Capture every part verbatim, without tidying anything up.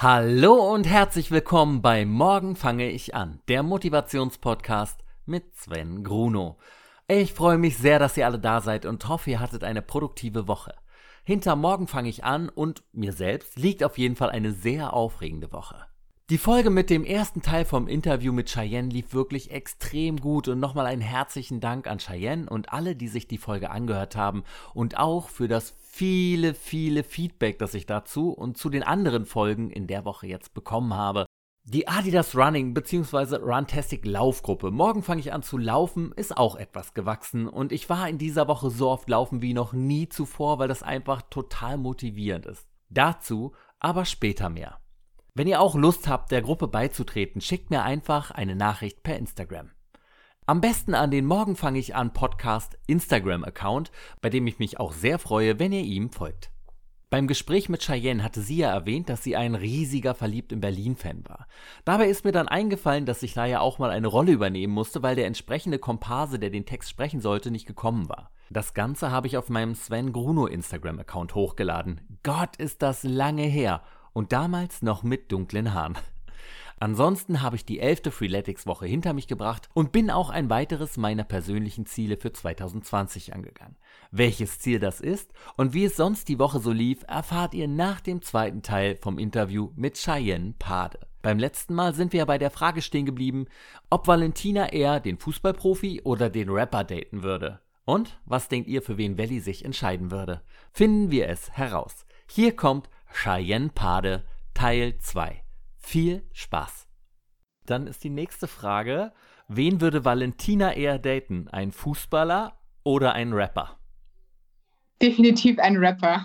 Hallo und herzlich willkommen bei Morgen fange ich an, der Motivationspodcast mit Sven Gruno. Ich freue mich sehr, dass ihr alle da seid und hoffe, ihr hattet eine produktive Woche. Hinter Morgen fange ich an und mir selbst liegt auf jeden Fall eine sehr aufregende Woche. Die Folge mit dem ersten Teil vom Interview mit Cheyenne lief wirklich extrem gut und nochmal einen herzlichen Dank an Cheyenne und alle, die sich die Folge angehört haben und auch für das viele, viele Feedback, das ich dazu und zu den anderen Folgen in der Woche jetzt bekommen habe. Die Adidas Running bzw. Runtastic Laufgruppe, morgen fange ich an zu laufen, ist auch etwas gewachsen und ich war in dieser Woche so oft laufen wie noch nie zuvor, weil das einfach total motivierend ist. Dazu aber später mehr. Wenn ihr auch Lust habt, der Gruppe beizutreten, schickt mir einfach eine Nachricht per Instagram. Am besten an den Morgen fange ich an Podcast Instagram-Account, bei dem ich mich auch sehr freue, wenn ihr ihm folgt. Beim Gespräch mit Cheyenne hatte sie ja erwähnt, dass sie ein riesiger Verliebt in Berlin-Fan war. Dabei ist mir dann eingefallen, dass ich da ja auch mal eine Rolle übernehmen musste, weil der entsprechende Komparse, der den Text sprechen sollte, nicht gekommen war. Das Ganze habe ich auf meinem Sven Gruno Instagram-Account hochgeladen. Gott, ist das lange her! Und damals noch mit dunklen Haaren. Ansonsten habe ich die elfte Freeletics-Woche hinter mich gebracht und bin auch ein weiteres meiner persönlichen Ziele für zwanzig zwanzig angegangen. Welches Ziel das ist und wie es sonst die Woche so lief, erfahrt ihr nach dem zweiten Teil vom Interview mit Cheyenne Pade. Beim letzten Mal sind wir ja bei der Frage stehen geblieben, ob Valentina eher den Fußballprofi oder den Rapper daten würde. Und was denkt ihr, für wen Welli sich entscheiden würde? Finden wir es heraus. Hier kommt Cheyenne Pade, Teil zwei. Viel Spaß. Dann ist die nächste Frage, wen würde Valentina eher daten? Ein Fußballer oder ein Rapper? Definitiv ein Rapper.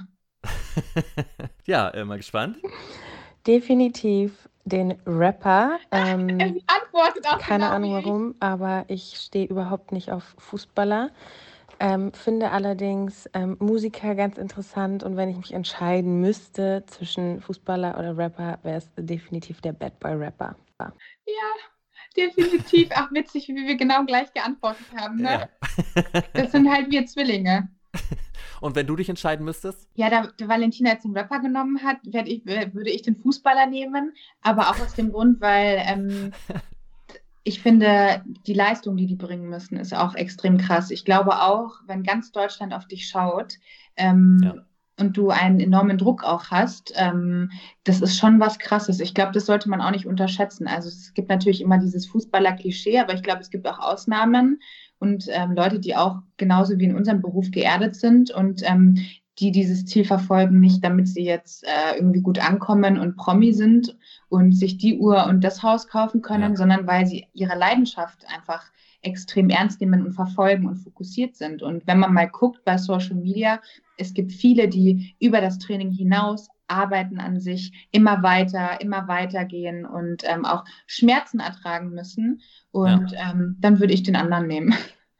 Ja, äh, mal gespannt. Definitiv den Rapper. Ähm, er antwortet auch keine genau Ahnung wie ich. warum, aber ich stehe überhaupt nicht auf Fußballer. Ähm, finde allerdings ähm, Musiker ganz interessant und wenn ich mich entscheiden müsste zwischen Fußballer oder Rapper, wäre es definitiv der Bad Boy Rapper. Ja, definitiv. Ach, witzig, wie wir genau gleich geantwortet haben. Ne? Ja. Das sind halt wir Zwillinge. Und wenn du dich entscheiden müsstest? Ja, da der Valentina jetzt den Rapper genommen hat, werd ich, würde ich den Fußballer nehmen, aber auch aus dem Grund, weil ähm, ich finde, die Leistung, die die bringen müssen, ist auch extrem krass. Ich glaube auch, wenn ganz Deutschland auf dich schaut ähm, Ja. und du einen enormen Druck auch hast, ähm, das ist schon was Krasses. Ich glaube, das sollte man auch nicht unterschätzen. Also es gibt natürlich immer dieses Fußballer-Klischee, aber ich glaube, es gibt auch Ausnahmen und ähm, Leute, die auch genauso wie in unserem Beruf geerdet sind und ähm, die dieses Ziel verfolgen, nicht damit sie jetzt äh, irgendwie gut ankommen und Promi sind und sich die Uhr und das Haus kaufen können, Ja. sondern weil sie ihre Leidenschaft einfach extrem ernst nehmen und verfolgen und fokussiert sind. Und wenn man mal guckt bei Social Media, es gibt viele, die über das Training hinaus arbeiten an sich, immer weiter, immer weiter gehen und ähm, auch Schmerzen ertragen müssen. Und ja. ähm, dann würde ich den anderen nehmen.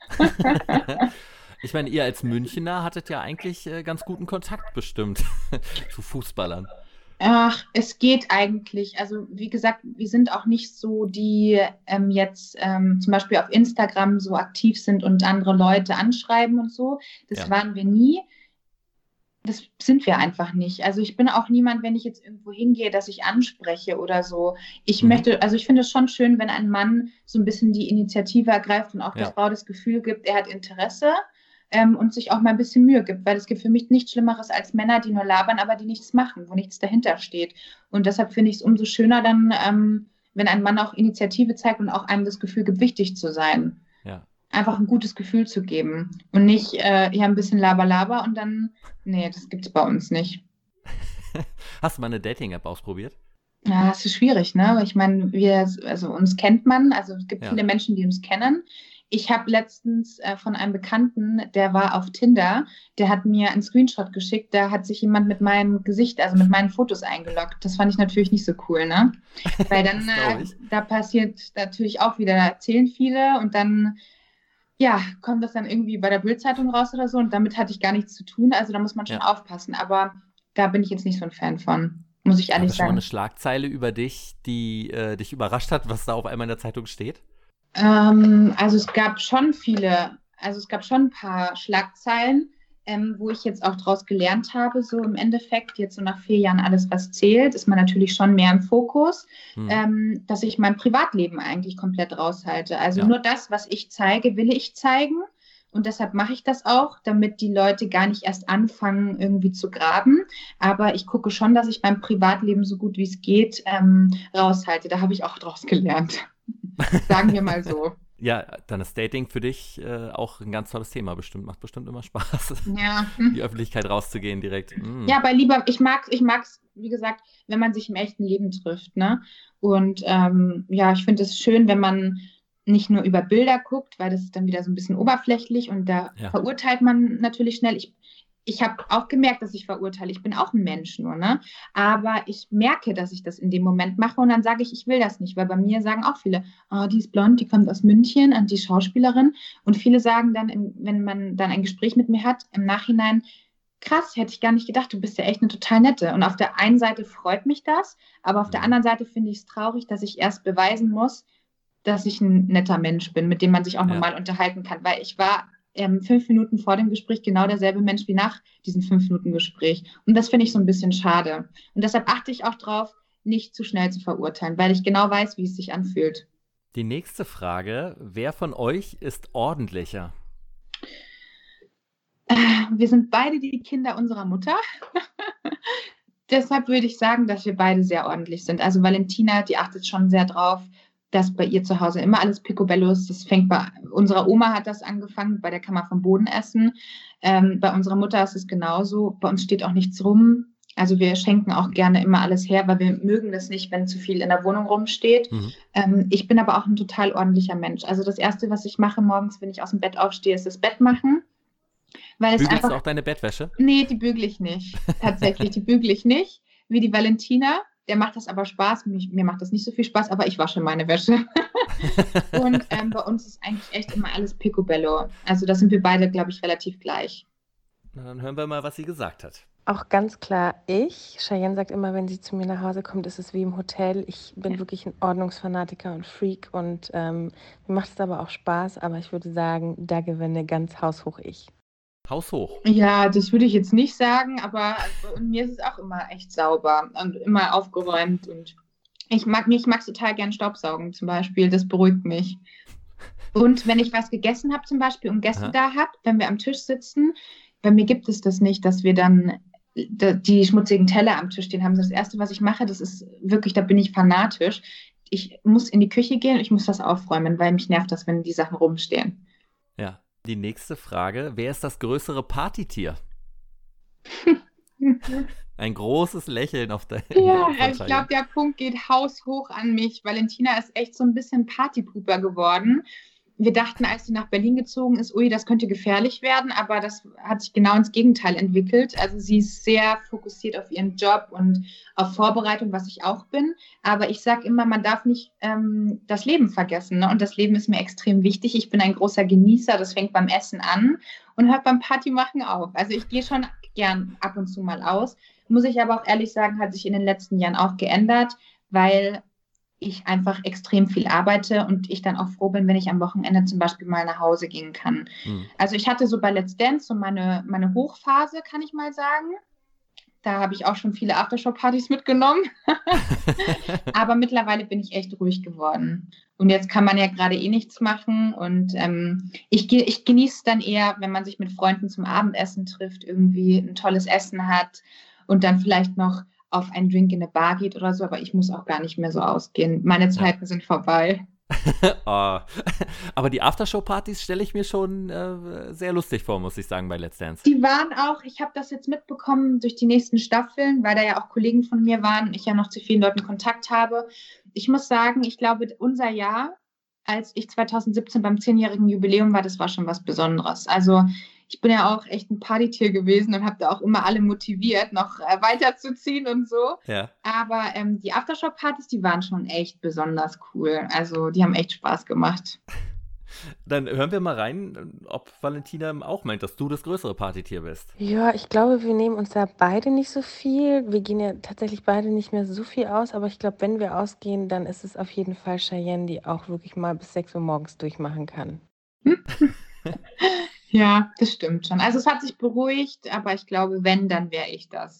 Ich meine, ihr als Münchener hattet ja eigentlich äh, ganz guten Kontakt bestimmt zu Fußballern. Ach, es geht eigentlich. Also wie gesagt, wir sind auch nicht so, die ähm, jetzt ähm, zum Beispiel auf Instagram so aktiv sind und andere Leute anschreiben und so. Das Ja. waren wir nie. Das sind wir einfach nicht. Also ich bin auch niemand, wenn ich jetzt irgendwo hingehe, dass ich anspreche oder so. Ich Mhm. möchte, also ich finde es schon schön, wenn ein Mann so ein bisschen die Initiative ergreift und auch Ja. der Frau das Gefühl gibt, er hat Interesse. Ähm, und sich auch mal ein bisschen Mühe gibt, weil es gibt für mich nichts Schlimmeres als Männer, die nur labern, aber die nichts machen, wo nichts dahinter steht. Und deshalb finde ich es umso schöner dann, ähm, wenn ein Mann auch Initiative zeigt und auch einem das Gefühl gibt, wichtig zu sein. Ja. Einfach ein gutes Gefühl zu geben und nicht, äh, ja, ein bisschen Laber, Laber und dann, nee, das gibt es bei uns nicht. Hast du mal eine Dating-App ausprobiert? Ja, es ist schwierig, ne? Ich meine, wir, also uns kennt man, also es gibt Ja. viele Menschen, die uns kennen. Ich habe letztens äh, von einem Bekannten, der war auf Tinder, der hat mir einen Screenshot geschickt, da hat sich jemand mit meinem Gesicht, also mit meinen Fotos eingeloggt. Das fand ich natürlich nicht so cool, ne? Weil dann, Das glaub äh, ich. da passiert natürlich auch wieder, da erzählen viele und dann, ja, kommt das dann irgendwie bei der Bild-Zeitung raus oder so und damit hatte ich gar nichts zu tun. Also da muss man schon Ja. aufpassen, aber da bin ich jetzt nicht so ein Fan von, muss ich Gab ehrlich es schon mal sagen. eine Schlagzeile über dich, die äh, dich überrascht hat, was da auf einmal in der Zeitung steht? Ähm, also es gab schon viele, also es gab schon ein paar Schlagzeilen. ähm, wo ich jetzt auch draus gelernt habe, so im Endeffekt, jetzt so nach vier Jahren alles, was zählt, ist man natürlich schon mehr im Fokus, Hm. ähm, dass ich mein Privatleben eigentlich komplett raushalte. Also Ja. nur das, was ich zeige, will ich zeigen. Und deshalb mache ich das auch, damit die Leute gar nicht erst anfangen, irgendwie zu graben. Aber ich gucke schon, dass ich mein Privatleben so gut wie es geht ähm, raushalte. Da habe ich auch draus gelernt. Sagen wir mal so. Ja, dann ist Dating für dich äh, auch ein ganz tolles Thema bestimmt. Macht bestimmt immer Spaß, Ja. in die Öffentlichkeit rauszugehen direkt. Mm. Ja, aber lieber, ich mag ich mag's, wie gesagt, wenn man sich im echten Leben trifft, ne? Und ähm, ja, ich finde es schön, wenn man nicht nur über Bilder guckt, weil das ist dann wieder so ein bisschen oberflächlich und da Ja. verurteilt man natürlich schnell. Ich, ich habe auch gemerkt, dass ich verurteile. Ich bin auch ein Mensch nur, ne? Aber ich merke, dass ich das in dem Moment mache und dann sage ich, ich will das nicht, weil bei mir sagen auch viele, oh, die ist blond, die kommt aus München, und die Schauspielerin. Und viele sagen dann, im, wenn man dann ein Gespräch mit mir hat, im Nachhinein, krass, hätte ich gar nicht gedacht, du bist ja echt eine total nette. Und auf der einen Seite freut mich das, aber auf der Mhm. anderen Seite finde ich es traurig, dass ich erst beweisen muss, dass ich ein netter Mensch bin, mit dem man sich auch Ja. normal unterhalten kann. Weil ich war ähm, fünf Minuten vor dem Gespräch genau derselbe Mensch wie nach diesem fünf Minuten Gespräch. Und das finde ich so ein bisschen schade. Und deshalb achte ich auch drauf, nicht zu schnell zu verurteilen, weil ich genau weiß, wie es sich anfühlt. Die nächste Frage, wer von euch ist ordentlicher? Äh, Wir sind beide die Kinder unserer Mutter. Deshalb würde ich sagen, dass wir beide sehr ordentlich sind. Also Valentina, die achtet schon sehr drauf, dass bei ihr zu Hause immer alles picobello ist. Das fängt bei unserer Oma hat das angefangen, bei der kann man vom Boden essen. Ähm, bei unserer Mutter ist es genauso. Bei uns steht auch nichts rum. Also wir schenken auch gerne immer alles her, weil wir mögen das nicht, wenn zu viel in der Wohnung rumsteht. Mhm. Ähm, ich bin aber auch ein total ordentlicher Mensch. Also das Erste, was ich mache morgens, wenn ich aus dem Bett aufstehe, ist das Bett machen. Weil es Bügelst du einfach auch deine Bettwäsche? Nee, die bügele ich nicht. Tatsächlich, die bügele ich nicht. Wie die Valentina. Der macht das aber Spaß. Mich, mir macht das nicht so viel Spaß, aber ich wasche meine Wäsche. Und ähm, bei uns ist eigentlich echt immer alles picobello. Also da sind wir beide, glaube ich, relativ gleich. Na, dann hören wir mal, was sie gesagt hat. Auch ganz klar ich. Cheyenne sagt immer, wenn sie zu mir nach Hause kommt, ist es wie im Hotel. Ich bin Ja. wirklich ein Ordnungsfanatiker und Freak und ähm, mir macht es aber auch Spaß. Aber ich würde sagen, da gewinne ganz haushoch ich. Haus hoch. Ja, das würde ich jetzt nicht sagen, aber bei mir ist es auch immer echt sauber und immer aufgeräumt. Und ich mag mich, ich mag total gern Staubsaugen zum Beispiel. Das beruhigt mich. Und wenn ich was gegessen habe zum Beispiel und Gäste Aha. da habe, wenn wir am Tisch sitzen, bei mir gibt es das nicht, dass wir dann d- die schmutzigen Teller am Tisch stehen haben. Das Erste, was ich mache, das ist wirklich, da bin ich fanatisch. Ich muss in die Küche gehen und ich muss das aufräumen, weil mich nervt das, wenn die Sachen rumstehen. Ja. Die nächste Frage, wer ist das größere Partytier? Ein großes Lächeln auf dein Ja, von ich glaube, Cheyenne. der Punkt geht haushoch an mich. Valentina ist echt so ein bisschen Partypooper geworden. Wir dachten, als sie nach Berlin gezogen ist, ui, das könnte gefährlich werden, aber das hat sich genau ins Gegenteil entwickelt. Also sie ist sehr fokussiert auf ihren Job und auf Vorbereitung, was ich auch bin. Aber ich sage immer, man darf nicht ähm, das Leben vergessen. Ne? Und das Leben ist mir extrem wichtig. Ich bin ein großer Genießer, das fängt beim Essen an und hört beim Partymachen auf. Also ich gehe schon gern ab und zu mal aus. Muss ich aber auch ehrlich sagen, hat sich in den letzten Jahren auch geändert, weil ich einfach extrem viel arbeite und ich dann auch froh bin, wenn ich am Wochenende zum Beispiel mal nach Hause gehen kann. Hm. Also ich hatte so bei Let's Dance so meine, meine Hochphase, kann ich mal sagen. Da habe ich auch schon viele Aftershow-Partys mitgenommen. Aber mittlerweile bin ich echt ruhig geworden. Und jetzt kann man ja gerade eh nichts machen. Und ähm, ich, ge- ich genieße es dann eher, wenn man sich mit Freunden zum Abendessen trifft, irgendwie ein tolles Essen hat und dann vielleicht noch auf einen Drink in eine Bar geht oder so. Aber ich muss auch gar nicht mehr so ausgehen. Meine Ja. Zeiten sind vorbei. Oh. Aber die Aftershow-Partys stelle ich mir schon äh, sehr lustig vor, muss ich sagen, bei Let's Dance. Die waren auch, ich habe das jetzt mitbekommen durch die nächsten Staffeln, weil da ja auch Kollegen von mir waren und ich ja noch zu vielen Leuten Kontakt habe. Ich muss sagen, ich glaube, unser Jahr, als ich zwanzig siebzehn beim zehnjährigen Jubiläum war, das war schon was Besonderes. Also ich bin ja auch echt ein Partytier gewesen und habe da auch immer alle motiviert, noch äh, weiterzuziehen und so. Ja. Aber ähm, die Aftershow-Partys, die waren schon echt besonders cool. Also die haben echt Spaß gemacht. Dann hören wir mal rein, ob Valentina auch meint, dass du das größere Partytier bist. Ja, ich glaube, wir nehmen uns da beide nicht so viel. Wir gehen ja tatsächlich beide nicht mehr so viel aus, aber ich glaube, wenn wir ausgehen, dann ist es auf jeden Fall Cheyenne, die auch wirklich mal bis sechs Uhr morgens durchmachen kann. Ja, das stimmt schon. Also es hat sich beruhigt, aber ich glaube, wenn, dann wäre ich das.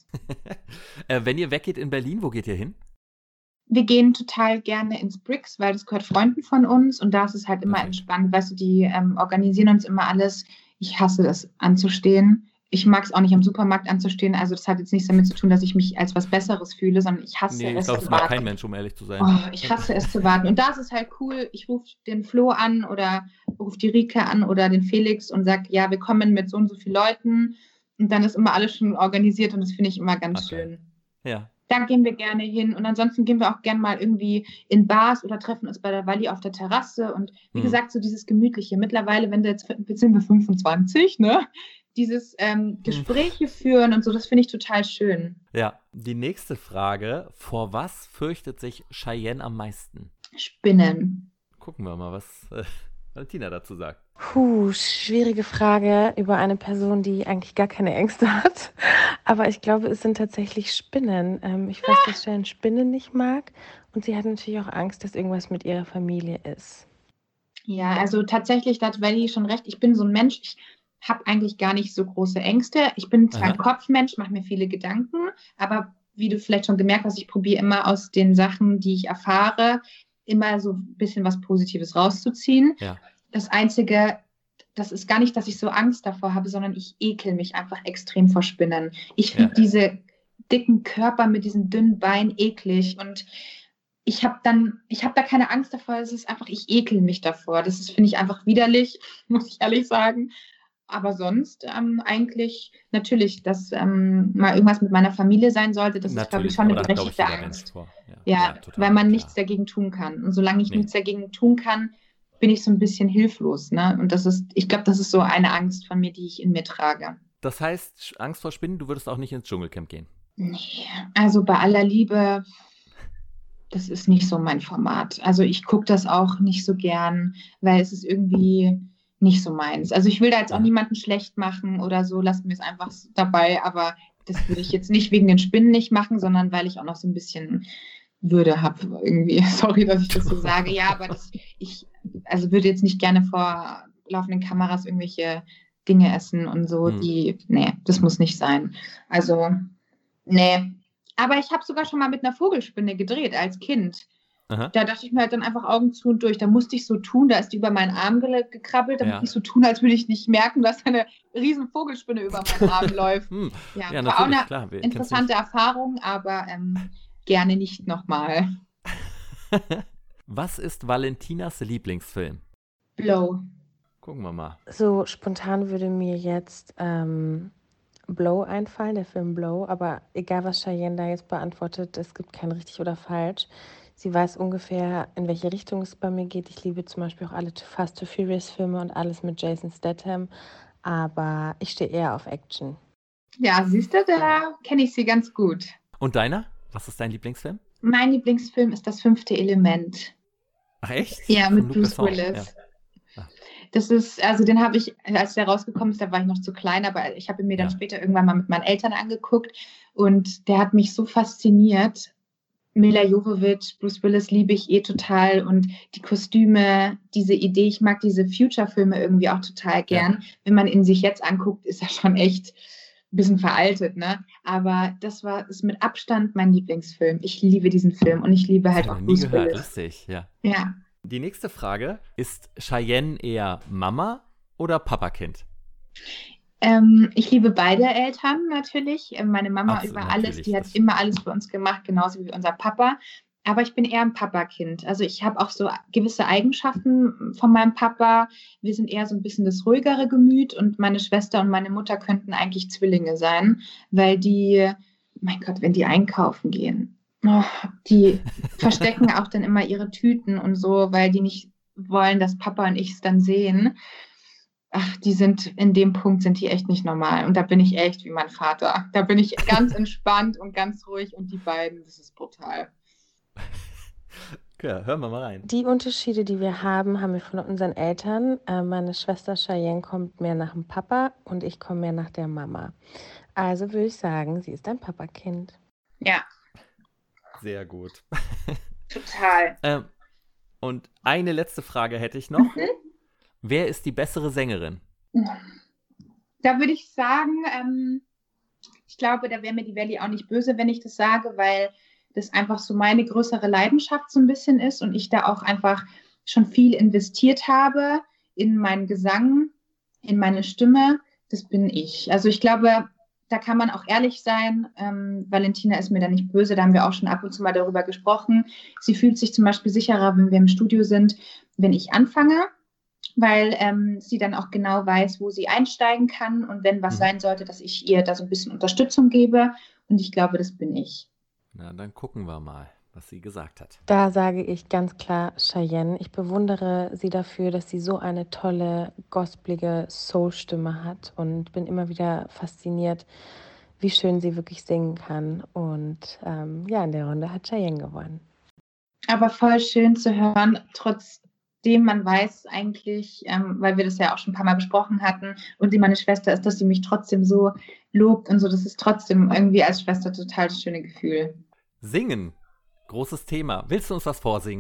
äh, wenn ihr weggeht in Berlin, wo geht ihr hin? Wir gehen total gerne ins Brix, weil das gehört Freunden von uns und da ist es halt immer Perfekt. entspannt. Weißt du, die ähm, organisieren uns immer alles. Ich hasse das anzustehen. Ich mag es auch nicht am Supermarkt anzustehen. Also das hat jetzt nichts damit zu tun, dass ich mich als was Besseres fühle, sondern ich hasse Nee, ich es glaube, zu es mag warten. kein Mensch, um ehrlich zu sein. Oh, ich hasse es zu warten. Und da ist es halt cool. Ich rufe den Flo an oder rufe die Rike an oder den Felix und sage, ja, wir kommen mit so und so vielen Leuten. Und dann ist immer alles schon organisiert und das finde ich immer ganz Okay. schön. Ja. Da gehen wir gerne hin und ansonsten gehen wir auch gerne mal irgendwie in Bars oder treffen uns bei der Walli auf der Terrasse und wie Hm. gesagt, so dieses Gemütliche. Mittlerweile, wenn du jetzt, jetzt sind wir fünfundzwanzig, ne? Dieses ähm, Gespräche führen und so, das finde ich total schön. Ja, die nächste Frage, vor was fürchtet sich Cheyenne am meisten? Spinnen. Gucken wir mal, was äh, Valentina dazu sagt. Puh, schwierige Frage über eine Person, die eigentlich gar keine Ängste hat. Aber ich glaube, es sind tatsächlich Spinnen. Ähm, ich weiß, dass Cheyenne Spinnen nicht mag. Und sie hat natürlich auch Angst, dass irgendwas mit ihrer Familie ist. Ja, also tatsächlich, da hat Valerie schon recht. Ich bin so ein Mensch, ich habe eigentlich gar nicht so große Ängste. Ich bin zwar Aha. ein Kopfmensch, mache mir viele Gedanken, aber wie du vielleicht schon gemerkt hast, ich probiere immer aus den Sachen, die ich erfahre, immer so ein bisschen was Positives rauszuziehen. Ja. Das Einzige, das ist gar nicht, dass ich so Angst davor habe, sondern ich ekel mich einfach extrem vor Spinnen. Ich finde Ja. diese dicken Körper mit diesen dünnen Beinen eklig und ich habe dann, ich habe da keine Angst davor, es ist einfach, ich ekel mich davor. Das ist, finde ich, einfach widerlich, muss ich ehrlich sagen. Aber sonst ähm, eigentlich, natürlich, dass ähm, mal irgendwas mit meiner Familie sein sollte, das ist, glaube ich, Natürlich, schon aber eine da hat, glaube ich, berechtigte jeder Mensch Angst. vor. Ja, Ja, ja, total, weil man klar. nichts dagegen tun kann. Und solange ich Nee. nichts dagegen tun kann, bin ich so ein bisschen hilflos. Ne? Und das ist, ich glaube, das ist so eine Angst von mir, die ich in mir trage. Das heißt, Angst vor Spinnen, du würdest auch nicht ins Dschungelcamp gehen? Nee, also bei aller Liebe, das ist nicht so mein Format. Also ich gucke das auch nicht so gern, weil es ist irgendwie nicht so meins. Also ich will da jetzt auch Ja. niemanden schlecht machen oder so, lassen wir es einfach dabei, aber das würde ich jetzt nicht wegen den Spinnen nicht machen, sondern weil ich auch noch so ein bisschen Würde habe irgendwie. Sorry, dass ich das so sage. Ja, aber das, ich also würde jetzt nicht gerne vor laufenden Kameras irgendwelche Dinge essen und so, Hm. die, nee, das muss nicht sein. Also, nee. Aber ich habe sogar schon mal mit einer Vogelspinne gedreht als Kind. Aha. Da dachte ich mir halt dann einfach Augen zu und durch. Da musste ich so tun, da ist die über meinen Arm ge gekrabbelt, da Ja. musste ich so tun, als würde ich nicht merken, dass eine riesen Vogelspinne über meinen Arm läuft. Hm. Ja, Ja, war auch natürlich, eine klar. Wer kennt's interessante Erfahrung, aber ähm, gerne nicht nochmal. nicht? Was ist Valentinas Lieblingsfilm? Blow. Gucken wir mal. So spontan würde mir jetzt ähm, Blow einfallen, der Film Blow. Aber egal, was Cheyenne da jetzt beantwortet, es gibt kein richtig oder falsch. Sie weiß ungefähr, in welche Richtung es bei mir geht. Ich liebe zum Beispiel auch alle Fast and Furious Filme und alles mit Jason Statham. Aber ich stehe eher auf Action. Ja, siehst du, da kenne ich sie ganz gut. Und deiner? Was ist dein Lieblingsfilm? Mein Lieblingsfilm ist Das fünfte Element. Ach, echt? Ja, Von mit Luc Bruce Besson. Willis. Ja. Ah. Das ist, also den habe ich, als der rausgekommen ist, da war ich noch zu klein, aber ich habe ihn mir dann Ja. später irgendwann mal mit meinen Eltern angeguckt und der hat mich so fasziniert. Mila Jovovich, Bruce Willis liebe ich eh total und die Kostüme, diese Idee, ich mag diese Future-Filme irgendwie auch total gern. Wenn man ihn sich jetzt anguckt, ist er schon echt ein bisschen veraltet, ne? Aber das war ist mit Abstand mein Lieblingsfilm. Ich liebe diesen Film und ich liebe Das halt habe auch ich noch nie Bruce gehört. Willis. Lustig, ja. Ja. Die nächste Frage, ist Cheyenne eher Mama oder Papakind? Ähm, ich liebe beide Eltern natürlich. Ähm, Meine Mama Absolut, über alles, natürlich, die hat das- immer alles für uns gemacht, genauso wie unser Papa. Aber ich bin eher ein Papakind. Also ich habe auch so gewisse Eigenschaften von meinem Papa. Wir sind eher so ein bisschen das ruhigere Gemüt und meine Schwester und meine Mutter könnten eigentlich Zwillinge sein, weil die, mein Gott, wenn die einkaufen gehen, oh, die verstecken auch dann immer ihre Tüten und so, weil die nicht wollen, dass Papa und ich es dann sehen. Ach, die sind, in dem Punkt sind die echt nicht normal. Und da bin ich echt wie mein Vater. Da bin ich ganz entspannt und ganz ruhig und die beiden, das ist brutal. Ja, hören wir mal rein. Die Unterschiede, die wir haben, haben wir von unseren Eltern. Äh, meine Schwester Cheyenne kommt mehr nach dem Papa und ich komme mehr nach der Mama. Also würde ich sagen, sie ist ein Papakind. Ja, Sehr gut. total. Ähm, und eine letzte Frage hätte ich noch. Wer ist die bessere Sängerin? Da würde ich sagen, ähm, ich glaube, da wäre mir die Valley auch nicht böse, wenn ich das sage, weil das einfach so meine größere Leidenschaft so ein bisschen ist und ich da auch einfach schon viel investiert habe in meinen Gesang, in meine Stimme. Das bin ich. Also ich glaube, da kann man auch ehrlich sein. Ähm, Valentina ist mir da nicht böse, da haben wir auch schon ab und zu mal darüber gesprochen. Sie fühlt sich zum Beispiel sicherer, wenn wir im Studio sind, wenn ich anfange, weil ähm, sie dann auch genau weiß, wo sie einsteigen kann und wenn was Mhm. sein sollte, dass ich ihr da so ein bisschen Unterstützung gebe. Und ich glaube, das bin ich. Na, dann gucken wir mal, was sie gesagt hat. Da sage ich ganz klar Cheyenne. Ich bewundere sie dafür, dass sie so eine tolle, gospelige Soul-Stimme hat und bin immer wieder fasziniert, wie schön sie wirklich singen kann. Und ähm, ja, in der Runde hat Cheyenne gewonnen. Aber voll schön zu hören, trotzdem man weiß eigentlich, ähm, weil wir das ja auch schon ein paar Mal besprochen hatten und sie meine Schwester ist, dass sie mich trotzdem so lobt und so. Das ist trotzdem irgendwie als Schwester total das schöne Gefühl. Singen, großes Thema. Willst du uns was vorsingen?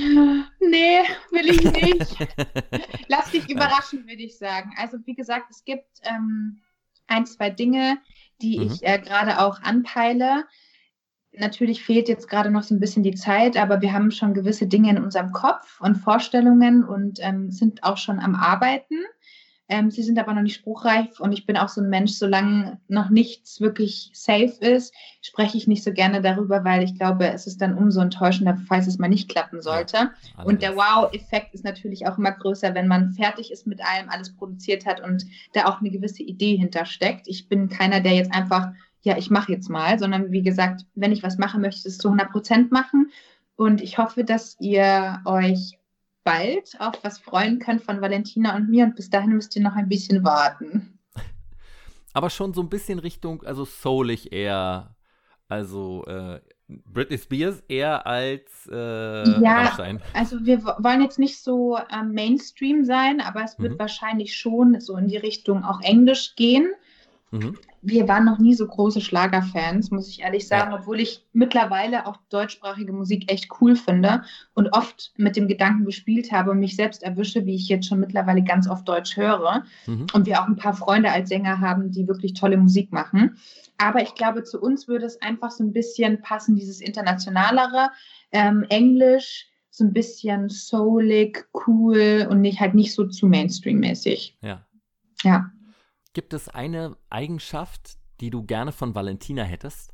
Nee, will ich nicht. Lass dich überraschen, würde ich sagen. Also wie gesagt, es gibt ähm, ein, zwei Dinge, die Mhm. ich äh, gerade auch anpeile. Natürlich fehlt jetzt gerade noch so ein bisschen die Zeit, aber wir haben schon gewisse Dinge in unserem Kopf und Vorstellungen und ähm, sind auch schon am Arbeiten. Ähm, sie sind aber noch nicht spruchreif und ich bin auch so ein Mensch, solange noch nichts wirklich safe ist, spreche ich nicht so gerne darüber, weil ich glaube, es ist dann umso enttäuschender, falls es mal nicht klappen sollte. Ja, und der allerdings. Wow-Effekt ist natürlich auch immer größer, wenn man fertig ist mit allem, alles produziert hat und da auch eine gewisse Idee hintersteckt. Ich bin keiner, der jetzt einfach, ja, ich mache jetzt mal, sondern wie gesagt, wenn ich was mache, möchte ich es zu hundert Prozent machen. Und ich hoffe, dass ihr euch bald auf was freuen könnt von Valentina und mir. Und bis dahin müsst ihr noch ein bisschen warten. Aber schon so ein bisschen Richtung, also soulig eher, also äh, Britney Spears eher als äh, Ja, Rammstein. also wir w- wollen jetzt nicht so ähm, Mainstream sein, aber es wird Mhm. wahrscheinlich schon so in die Richtung auch Englisch gehen. Mhm. Wir waren noch nie so große Schlagerfans, muss ich ehrlich sagen, Ja. obwohl ich mittlerweile auch deutschsprachige Musik echt cool finde und oft mit dem Gedanken gespielt habe und mich selbst erwische, wie ich jetzt schon mittlerweile ganz oft Deutsch höre. Mhm. Und wir auch ein paar Freunde als Sänger haben, die wirklich tolle Musik machen. Aber ich glaube, zu uns würde es einfach so ein bisschen passen, dieses internationalere, ähm, Englisch, so ein bisschen soulig, cool und nicht halt nicht so zu Mainstream-mäßig. Ja. Ja. Gibt es eine Eigenschaft, die du gerne von Valentina hättest?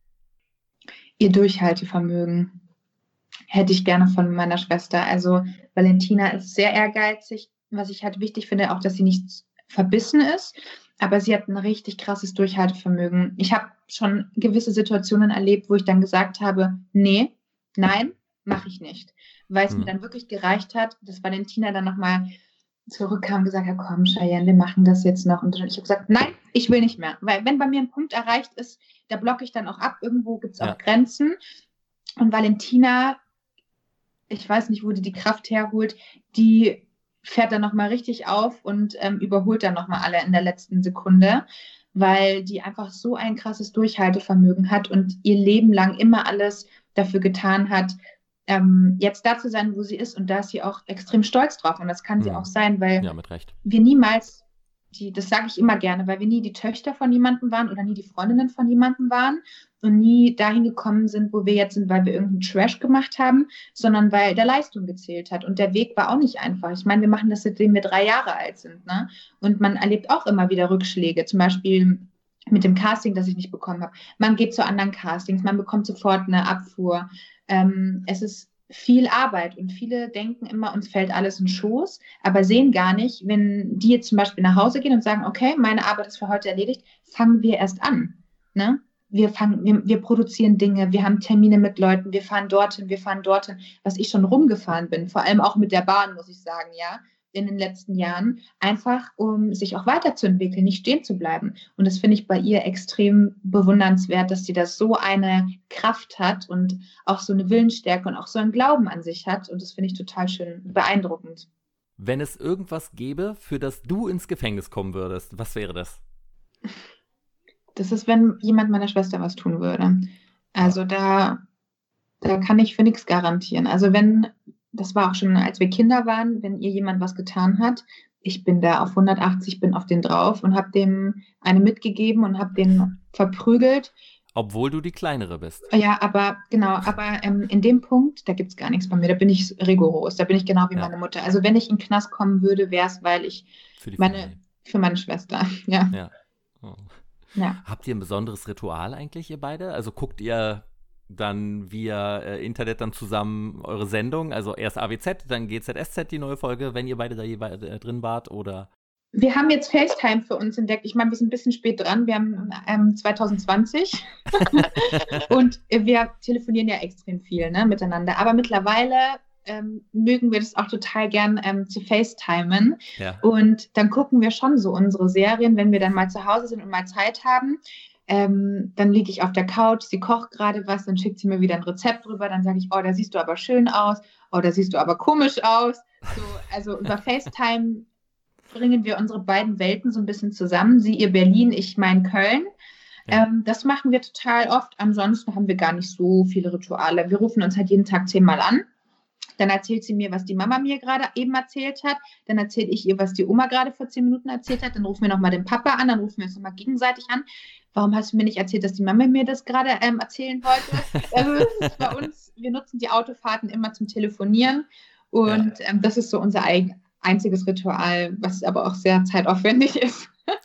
Ihr Durchhaltevermögen hätte ich gerne von meiner Schwester. Also Valentina ist sehr ehrgeizig, was ich halt wichtig finde, auch, dass sie nicht verbissen ist, aber sie hat ein richtig krasses Durchhaltevermögen. Ich habe schon gewisse Situationen erlebt, wo ich dann gesagt habe, nee, nein, mache ich nicht, weil es Mhm. mir dann wirklich gereicht hat, dass Valentina dann nochmal zurückkam und gesagt hat, komm, Cheyenne, wir machen das jetzt noch. Und ich habe gesagt, nein, ich will nicht mehr. Weil wenn bei mir ein Punkt erreicht ist, da blocke ich dann auch ab. Irgendwo gibt es auch Ja. Grenzen. Und Valentina, ich weiß nicht, wo die die Kraft herholt, die fährt dann nochmal richtig auf und ähm, überholt dann nochmal alle in der letzten Sekunde, weil die einfach so ein krasses Durchhaltevermögen hat und ihr Leben lang immer alles dafür getan hat, ähm, jetzt da zu sein, wo sie ist. Und da ist sie auch extrem stolz drauf. Und das kann sie Mhm. auch sein, weil Ja, mit Recht. wir niemals, die, das sage ich immer gerne, weil wir nie die Töchter von jemandem waren oder nie die Freundinnen von jemandem waren und nie dahin gekommen sind, wo wir jetzt sind, weil wir irgendeinen Trash gemacht haben, sondern weil der Leistung gezählt hat. Und der Weg war auch nicht einfach. Ich meine, wir machen das, seitdem wir drei Jahre alt sind, ne? Und man erlebt auch immer wieder Rückschläge, zum Beispiel mit dem Casting, das ich nicht bekommen habe. Man geht zu anderen Castings, man bekommt sofort eine Abfuhr. Ähm, es ist viel Arbeit und viele denken immer, uns fällt alles in den Schoß, aber sehen gar nicht, wenn die jetzt zum Beispiel nach Hause gehen und sagen, okay, meine Arbeit ist für heute erledigt, fangen wir erst an. Ne? Wir, fangen, wir, wir produzieren Dinge, wir haben Termine mit Leuten, wir fahren dorthin, wir fahren dorthin, was ich schon rumgefahren bin, vor allem auch mit der Bahn, muss ich sagen, ja, in den letzten Jahren, einfach um sich auch weiterzuentwickeln, nicht stehen zu bleiben. Und das finde ich bei ihr extrem bewundernswert, dass sie da so eine Kraft hat und auch so eine Willensstärke und auch so einen Glauben an sich hat. Und das finde ich total schön, beeindruckend. Wenn es irgendwas gäbe, für das du ins Gefängnis kommen würdest, was wäre das? Das ist, wenn jemand meiner Schwester was tun würde. Also da, da kann ich für nichts garantieren. Also wenn, das war auch schon, als wir Kinder waren, wenn ihr jemand was getan hat, ich bin da auf hundertachtzig, bin auf den drauf und habe dem eine mitgegeben und habe den verprügelt. Obwohl du die Kleinere bist. Ja, aber genau, aber ähm, in dem Punkt, da gibt es gar nichts bei mir, da bin ich rigoros, da bin ich genau wie Ja. meine Mutter. Also wenn ich in den Knast kommen würde, wäre es, weil ich Für die meine, Familie. für meine Schwester, ja. Ja. Oh. ja. Habt ihr ein besonderes Ritual eigentlich, ihr beide? Also guckt ihr dann via äh, Internet dann zusammen eure Sendung? Also erst A W Z, dann G Z S Z, die neue Folge, wenn ihr beide da jeweils äh, drin wart, oder? Wir haben jetzt FaceTime für uns entdeckt. Ich meine, wir sind ein bisschen spät dran. Wir haben ähm, zwanzig zwanzig und wir telefonieren ja extrem viel, ne, miteinander. Aber mittlerweile ähm, mögen wir das auch total gern ähm, zu FaceTimen. Ja. Und dann gucken wir schon so unsere Serien, wenn wir dann mal zu Hause sind und mal Zeit haben. Ähm, dann liege ich auf der Couch, sie kocht gerade was, dann schickt sie mir wieder ein Rezept rüber. Dann sage ich, oh, da siehst du aber schön aus. Oh, da siehst du aber komisch aus. So, also über FaceTime bringen wir unsere beiden Welten so ein bisschen zusammen. Sie ihr Berlin, ich mein Köln. Ja. Ähm, das machen wir total oft. Ansonsten haben wir gar nicht so viele Rituale. Wir rufen uns halt jeden Tag zehnmal an. Dann erzählt sie mir, was die Mama mir gerade eben erzählt hat. Dann erzähle ich ihr, was die Oma gerade vor zehn Minuten erzählt hat. Dann rufen wir nochmal den Papa an. Dann rufen wir uns nochmal gegenseitig an. Warum hast du mir nicht erzählt, dass die Mama mir das gerade ähm, erzählen wollte? Also das ist bei uns, wir nutzen die Autofahrten immer zum Telefonieren. Und ja. ähm, das ist so unser eigen, einziges Ritual, was aber auch sehr zeitaufwendig ist.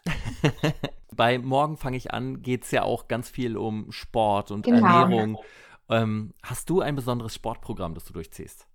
Bei Morgen fange ich an, geht es ja auch ganz viel um Sport und Genau. Ernährung. Ähm, hast du ein besonderes Sportprogramm, das du durchziehst?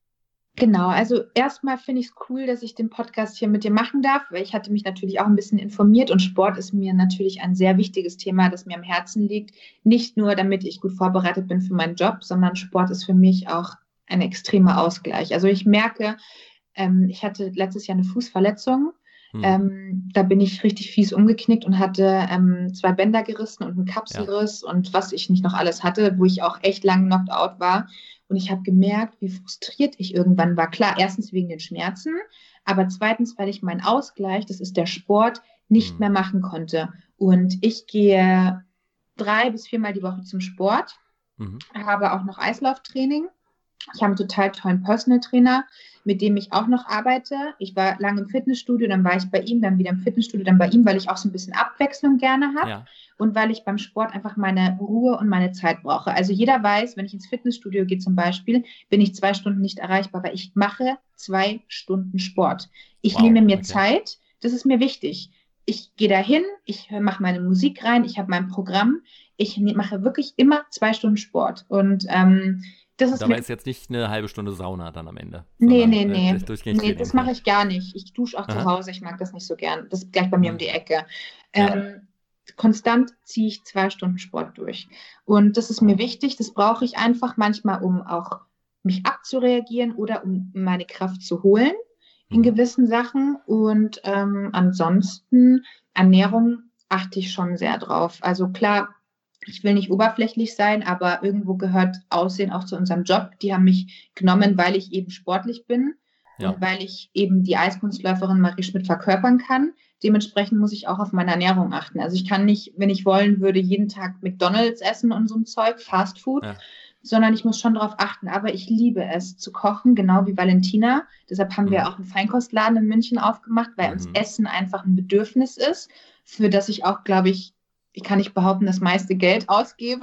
Genau, also erstmal finde ich es cool, dass ich den Podcast hier mit dir machen darf, weil ich hatte mich natürlich auch ein bisschen informiert und Sport ist mir natürlich ein sehr wichtiges Thema, das mir am Herzen liegt. Nicht nur, damit ich gut vorbereitet bin für meinen Job, sondern Sport ist für mich auch ein extremer Ausgleich. Also ich merke, ähm, ich hatte letztes Jahr eine Fußverletzung. Hm. Ähm, da bin ich richtig fies umgeknickt und hatte ähm, zwei Bänder gerissen und einen Kapselriss ja. und was ich nicht noch alles hatte, wo ich auch echt lang knocked out war. Und ich habe gemerkt, wie frustriert ich irgendwann war. Klar, erstens wegen den Schmerzen, aber zweitens, weil ich meinen Ausgleich, das ist der Sport, nicht hm. mehr machen konnte. Und ich gehe drei bis viermal die Woche zum Sport, mhm. habe auch noch Eislauftraining. Ich habe einen total tollen Personal Trainer, mit dem ich auch noch arbeite. Ich war lange im Fitnessstudio, dann war ich bei ihm, dann wieder im Fitnessstudio, dann bei ihm, weil ich auch so ein bisschen Abwechslung gerne habe ja. und weil ich beim Sport einfach meine Ruhe und meine Zeit brauche. Also jeder weiß, wenn ich ins Fitnessstudio gehe zum Beispiel, bin ich zwei Stunden nicht erreichbar, weil ich mache zwei Stunden Sport. Ich wow, nehme mir okay. Zeit, das ist mir wichtig. Ich gehe dahin, ich mache meine Musik rein, ich habe mein Programm. Ich mache wirklich immer zwei Stunden Sport und ähm, Das ist Dabei mit... ist jetzt nicht eine halbe Stunde Sauna dann am Ende. Nee, nee, nee. Äh, nee das mache ich gar nicht. Ich dusche auch Aha. zu Hause, ich mag das nicht so gern. Das ist gleich bei mir um die Ecke. Ja. Ähm, konstant ziehe ich zwei Stunden Sport durch. Und das ist mir wichtig, das brauche ich einfach manchmal, um auch mich abzureagieren oder um meine Kraft zu holen in mhm. gewissen Sachen. Und ähm, ansonsten, Ernährung achte ich schon sehr drauf. Also klar, ich will nicht oberflächlich sein, aber irgendwo gehört Aussehen auch zu unserem Job. Die haben mich genommen, weil ich eben sportlich bin ja. und weil ich eben die Eiskunstläuferin Marie Schmidt verkörpern kann. Dementsprechend muss ich auch auf meine Ernährung achten. Also ich kann nicht, wenn ich wollen würde, jeden Tag McDonald's essen und so ein Zeug, Fast Food, ja. sondern ich muss schon darauf achten. Aber ich liebe es zu kochen, genau wie Valentina. Deshalb haben mhm. wir auch einen Feinkostladen in München aufgemacht, weil mhm. uns Essen einfach ein Bedürfnis ist, für das ich auch, glaube ich, ich kann nicht behaupten, das meiste Geld ausgebe,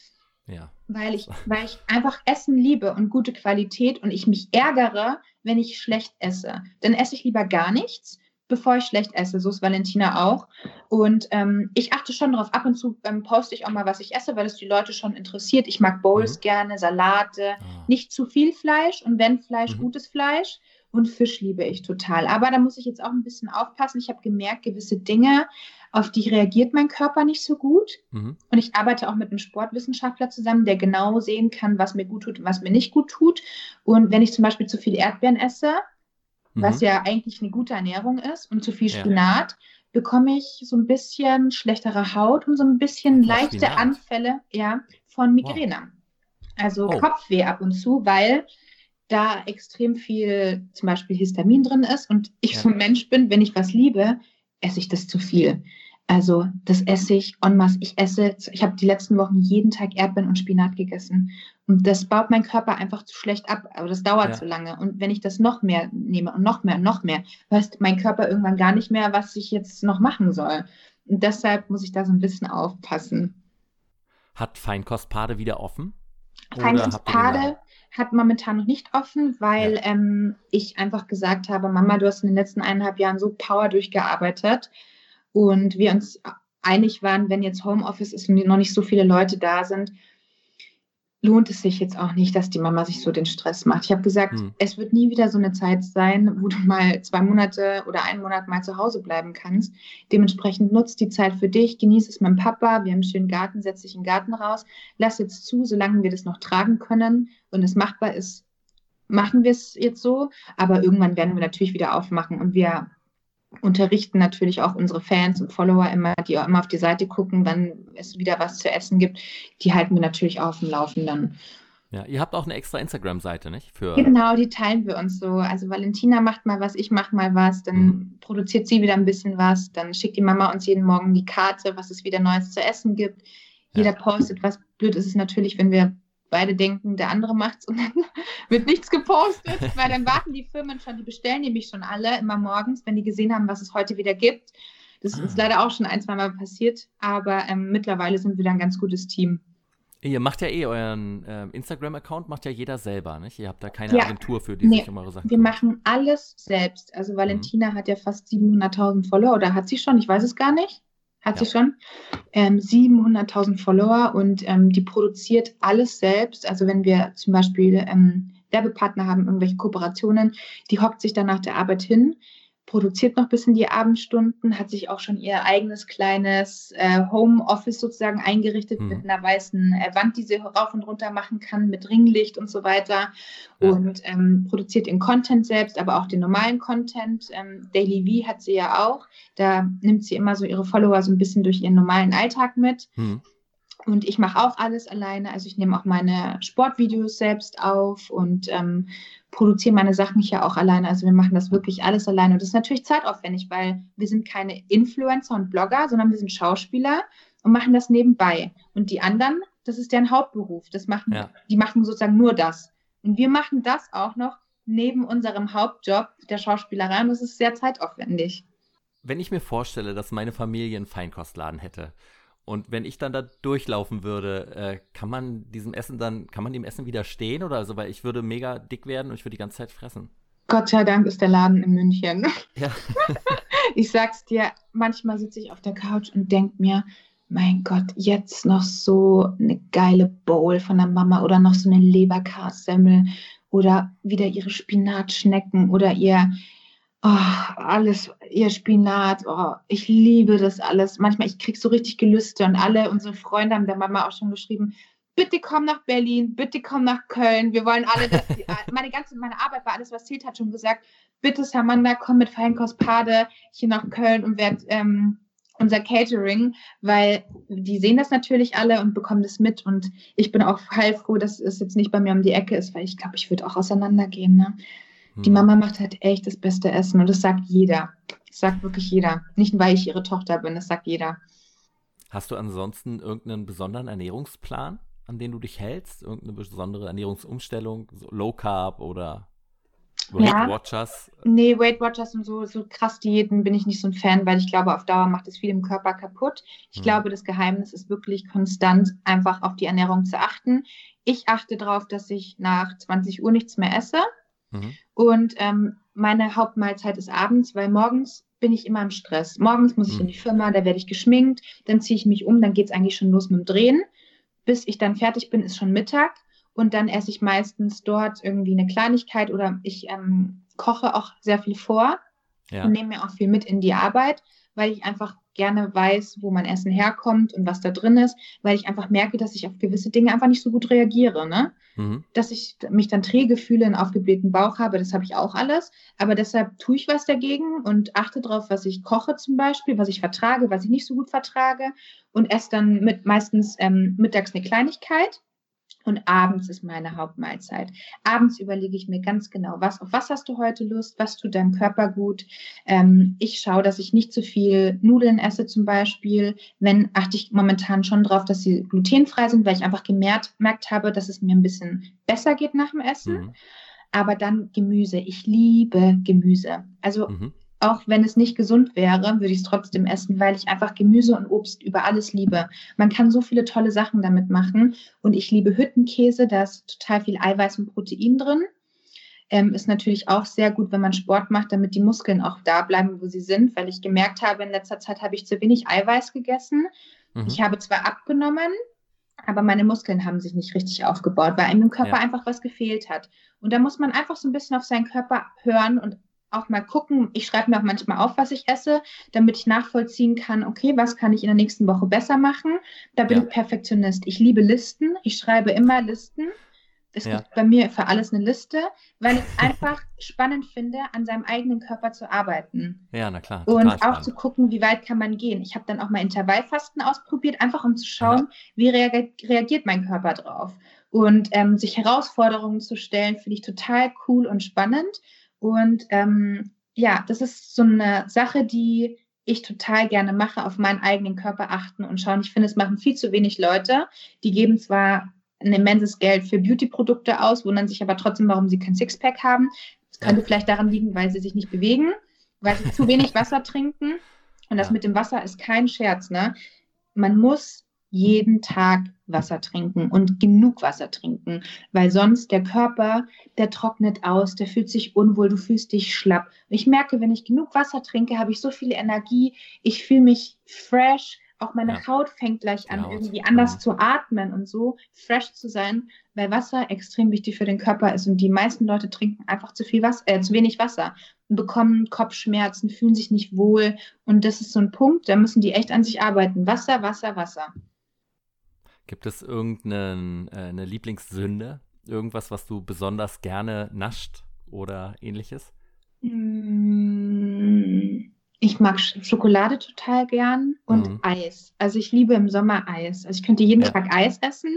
ja. weil, ich, weil ich einfach Essen liebe und gute Qualität und ich mich ärgere, wenn ich schlecht esse. Dann esse ich lieber gar nichts, bevor ich schlecht esse. So ist Valentina auch. Und ähm, ich achte schon darauf, ab und zu ähm, poste ich auch mal, was ich esse, weil es die Leute schon interessiert. Ich mag Bowls mhm. gerne, Salate, ah. nicht zu viel Fleisch und wenn Fleisch, mhm. gutes Fleisch. Und Fisch liebe ich total. Aber da muss ich jetzt auch ein bisschen aufpassen. Ich habe gemerkt, gewisse Dinge, auf die reagiert mein Körper nicht so gut. Mhm. Und ich arbeite auch mit einem Sportwissenschaftler zusammen, der genau sehen kann, was mir gut tut und was mir nicht gut tut. Und wenn ich zum Beispiel zu viel Erdbeeren esse, mhm. was ja eigentlich eine gute Ernährung ist, und zu viel Spinat, ja. bekomme ich so ein bisschen schlechtere Haut und so ein bisschen Ach, leichte Spinat. Anfälle ja, von Migräne. Wow. Also oh. Kopfweh ab und zu, weil da extrem viel zum Beispiel Histamin drin ist und ich ja. so ein Mensch bin, wenn ich was liebe, esse ich das zu viel. Also das esse ich en masse. Ich esse, ich habe die letzten Wochen jeden Tag Erdbeeren und Spinat gegessen. Und das baut mein Körper einfach zu schlecht ab, aber das dauert Ja. zu lange. Und wenn ich das noch mehr nehme und noch mehr und noch mehr, weiß mein Körper irgendwann gar nicht mehr, was ich jetzt noch machen soll. Und deshalb muss ich da so ein bisschen aufpassen. Hat Feinkost Pade wieder offen? Oder Feinkost habt ihr den Laden? Pade hat momentan noch nicht offen, weil Ja. ähm, ich einfach gesagt habe, Mama, du hast in den letzten eineinhalb Jahren so Power durchgearbeitet und wir uns einig waren, wenn jetzt Homeoffice ist und noch nicht so viele Leute da sind, lohnt es sich jetzt auch nicht, dass die Mama sich so den Stress macht. Ich habe gesagt, Hm. es wird nie wieder so eine Zeit sein, wo du mal zwei Monate oder einen Monat mal zu Hause bleiben kannst. Dementsprechend nutzt die Zeit für dich, genieß es mit dem Papa, wir haben einen schönen Garten, setz dich in den Garten raus, lass jetzt zu, solange wir das noch tragen können und es machbar ist, machen wir es jetzt so, aber irgendwann werden wir natürlich wieder aufmachen und wir unterrichten natürlich auch unsere Fans und Follower immer, die auch immer auf die Seite gucken, wann es wieder was zu essen gibt. Die halten wir natürlich auf dem Laufenden. Ja, ihr habt auch eine extra Instagram-Seite, nicht? Für, Genau, die teilen wir uns so. Also Valentina macht mal was, ich mache mal was, dann Mhm. produziert sie wieder ein bisschen was, dann schickt die Mama uns jeden Morgen die Karte, was es wieder Neues zu essen gibt. Jeder Ja. postet was. Blöd ist es natürlich, wenn wir beide denken, der andere macht's und dann wird nichts gepostet, weil dann warten die Firmen schon, die bestellen nämlich schon alle immer morgens, wenn die gesehen haben, was es heute wieder gibt. Das ist uns Ah. leider auch schon ein, zwei Mal passiert, aber ähm, mittlerweile sind wir da ein ganz gutes Team. Ihr macht ja eh euren ähm, Instagram-Account, macht ja jeder selber, nicht? Ihr habt da keine Ja. Agentur für, die Nee, sich um eure Sachen wir kümmert. machen alles selbst. Also Valentina hat ja fast siebenhunderttausend Follower, oder hat sie schon? Ich weiß es gar nicht. Hat Ja. sie schon? Ähm, siebenhunderttausend Follower und ähm, die produziert alles selbst. Also wenn wir zum Beispiel ähm, Werbepartner haben, irgendwelche Kooperationen, die hockt sich dann nach der Arbeit hin, produziert noch bis in die Abendstunden, hat sich auch schon ihr eigenes kleines äh, Homeoffice sozusagen eingerichtet Mhm. mit einer weißen äh, Wand, die sie rauf und runter machen kann, mit Ringlicht und so weiter. Ja. Und ähm, produziert den Content selbst, aber auch den normalen Content. Ähm, Daily V hat sie ja auch. Da nimmt sie immer so ihre Follower so ein bisschen durch ihren normalen Alltag mit. Mhm. Und ich mache auch alles alleine. Also ich nehme auch meine Sportvideos selbst auf und ähm, produziere meine Sachen hier auch alleine. Also wir machen das wirklich alles alleine. Und das ist natürlich zeitaufwendig, weil wir sind keine Influencer und Blogger, sondern wir sind Schauspieler und machen das nebenbei. Und die anderen, das ist deren Hauptberuf. Das machen, Ja. Die machen sozusagen nur das. Und wir machen das auch noch neben unserem Hauptjob der Schauspielerei. Und das ist sehr zeitaufwendig. Wenn ich mir vorstelle, dass meine Familie einen Feinkostladen hätte und wenn ich dann da durchlaufen würde, äh, kann man diesem Essen dann, kann man dem Essen widerstehen oder also, weil ich würde mega dick werden und ich würde die ganze Zeit fressen. Gott sei Dank ist der Laden in München. Ja. Ich sag's dir, manchmal sitze ich auf der Couch und denke mir, mein Gott, jetzt noch so eine geile Bowl von der Mama oder noch so eine Leberkassemmel oder wieder ihre Spinatschnecken oder ihr, oh, alles, ihr Spinat. Oh, ich liebe das alles. Manchmal, ich krieg so richtig Gelüste und alle unsere Freunde haben der Mama auch schon geschrieben, bitte komm nach Berlin, bitte komm nach Köln. Wir wollen alle, dass die, meine ganze, meine Arbeit war alles, was zählt, hat schon gesagt, bitte Samantha, komm mit Feinkost Pade hier nach Köln und werd ähm, unser Catering, weil die sehen das natürlich alle und bekommen das mit und ich bin auch heilfroh, dass es jetzt nicht bei mir um die Ecke ist, weil ich glaube, ich würde auch auseinandergehen. Ne? Die Hm. Mama macht halt echt das beste Essen und das sagt jeder. Das sagt wirklich jeder. Nicht, weil ich ihre Tochter bin, das sagt jeder. Hast du ansonsten irgendeinen besonderen Ernährungsplan, an den du dich hältst? Irgendeine besondere Ernährungsumstellung, so Low Carb oder Weight Ja. Watchers? Nee, Weight Watchers und so, so krass Diäten bin ich nicht so ein Fan, weil ich glaube, auf Dauer macht es viel im Körper kaputt. Ich Hm. glaube, das Geheimnis ist wirklich konstant einfach auf die Ernährung zu achten. Ich achte darauf, dass ich nach zwanzig Uhr nichts mehr esse. Mhm. Und ähm, meine Hauptmahlzeit ist abends, weil morgens bin ich immer im Stress. Morgens muss ich Mhm. in die Firma, da werde ich geschminkt, dann ziehe ich mich um, dann geht es eigentlich schon los mit dem Drehen. Bis ich dann fertig bin, ist schon Mittag und dann esse ich meistens dort irgendwie eine Kleinigkeit oder ich ähm, koche auch sehr viel vor Ja. und nehme mir auch viel mit in die Arbeit, weil ich einfach gerne weiß, wo mein Essen herkommt und was da drin ist, weil ich einfach merke, dass ich auf gewisse Dinge einfach nicht so gut reagiere, ne? Mhm. Dass ich mich dann träge fühle, einen aufgeblähten Bauch habe, das habe ich auch alles. Aber deshalb tue ich was dagegen und achte darauf, was ich koche zum Beispiel, was ich vertrage, was ich nicht so gut vertrage und esse dann mit meistens ähm, mittags eine Kleinigkeit Und abends ist meine Hauptmahlzeit. Abends überlege ich mir ganz genau, was, auf was hast du heute Lust, was tut deinem Körper gut. Ähm, ich schaue, dass ich nicht zu viel Nudeln esse zum Beispiel. Wenn, achte ich momentan schon drauf, dass sie glutenfrei sind, weil ich einfach gemerkt, gemerkt habe, dass es mir ein bisschen besser geht nach dem Essen. Mhm. Aber dann Gemüse. Ich liebe Gemüse. Also Mhm. auch wenn es nicht gesund wäre, würde ich es trotzdem essen, weil ich einfach Gemüse und Obst über alles liebe. Man kann so viele tolle Sachen damit machen. Und ich liebe Hüttenkäse, da ist total viel Eiweiß und Protein drin. Ähm, ist natürlich auch sehr gut, wenn man Sport macht, damit die Muskeln auch da bleiben, wo sie sind. Weil ich gemerkt habe, in letzter Zeit habe ich zu wenig Eiweiß gegessen. Mhm. Ich habe zwar abgenommen, aber meine Muskeln haben sich nicht richtig aufgebaut, weil einem im Körper Ja. einfach was gefehlt hat. Und da muss man einfach so ein bisschen auf seinen Körper hören und auch mal gucken. Ich schreibe mir auch manchmal auf, was ich esse, damit ich nachvollziehen kann, okay, was kann ich in der nächsten Woche besser machen. Da bin Ja. ich Perfektionist. Ich liebe Listen. Ich schreibe immer Listen. Es Ja. gibt bei mir für alles eine Liste, weil ich es einfach spannend finde, an seinem eigenen Körper zu arbeiten. Ja, na klar, Und total auch spannend. zu gucken, wie weit kann man gehen. Ich habe dann auch mal Intervallfasten ausprobiert, einfach um zu schauen, wie reagiert, reagiert mein Körper drauf. Und ähm, sich Herausforderungen zu stellen, finde ich total cool und spannend. Und ähm, ja, das ist so eine Sache, die ich total gerne mache, auf meinen eigenen Körper achten und schauen. Ich finde, es machen viel zu wenig Leute. Die geben zwar ein immenses Geld für Beauty-Produkte aus, wundern sich aber trotzdem, warum sie kein Sixpack haben. Das könnte Ja. vielleicht daran liegen, weil sie sich nicht bewegen, weil sie zu wenig Wasser trinken. Und das Ja. mit dem Wasser ist kein Scherz, ne? Man muss jeden Tag Wasser trinken und genug Wasser trinken, weil sonst der Körper, der trocknet aus, der fühlt sich unwohl, du fühlst dich schlapp. Und ich merke, wenn ich genug Wasser trinke, habe ich so viel Energie, ich fühle mich fresh, auch meine Ja. Haut fängt gleich Die an, Haut. irgendwie anders Mhm. zu atmen und so fresh zu sein, weil Wasser extrem wichtig für den Körper ist und die meisten Leute trinken einfach zu viel Wasser, äh, zu wenig Wasser und bekommen Kopfschmerzen, fühlen sich nicht wohl und das ist so ein Punkt, da müssen die echt an sich arbeiten. Wasser, Wasser, Wasser. Gibt es irgendeine äh, eine Lieblingssünde? Irgendwas, was du besonders gerne nascht oder ähnliches? Mm, Ich mag Sch- Schokolade total gern und Mhm. Eis. Also ich liebe im Sommer Eis. Also ich könnte jeden Ja. Tag Eis essen.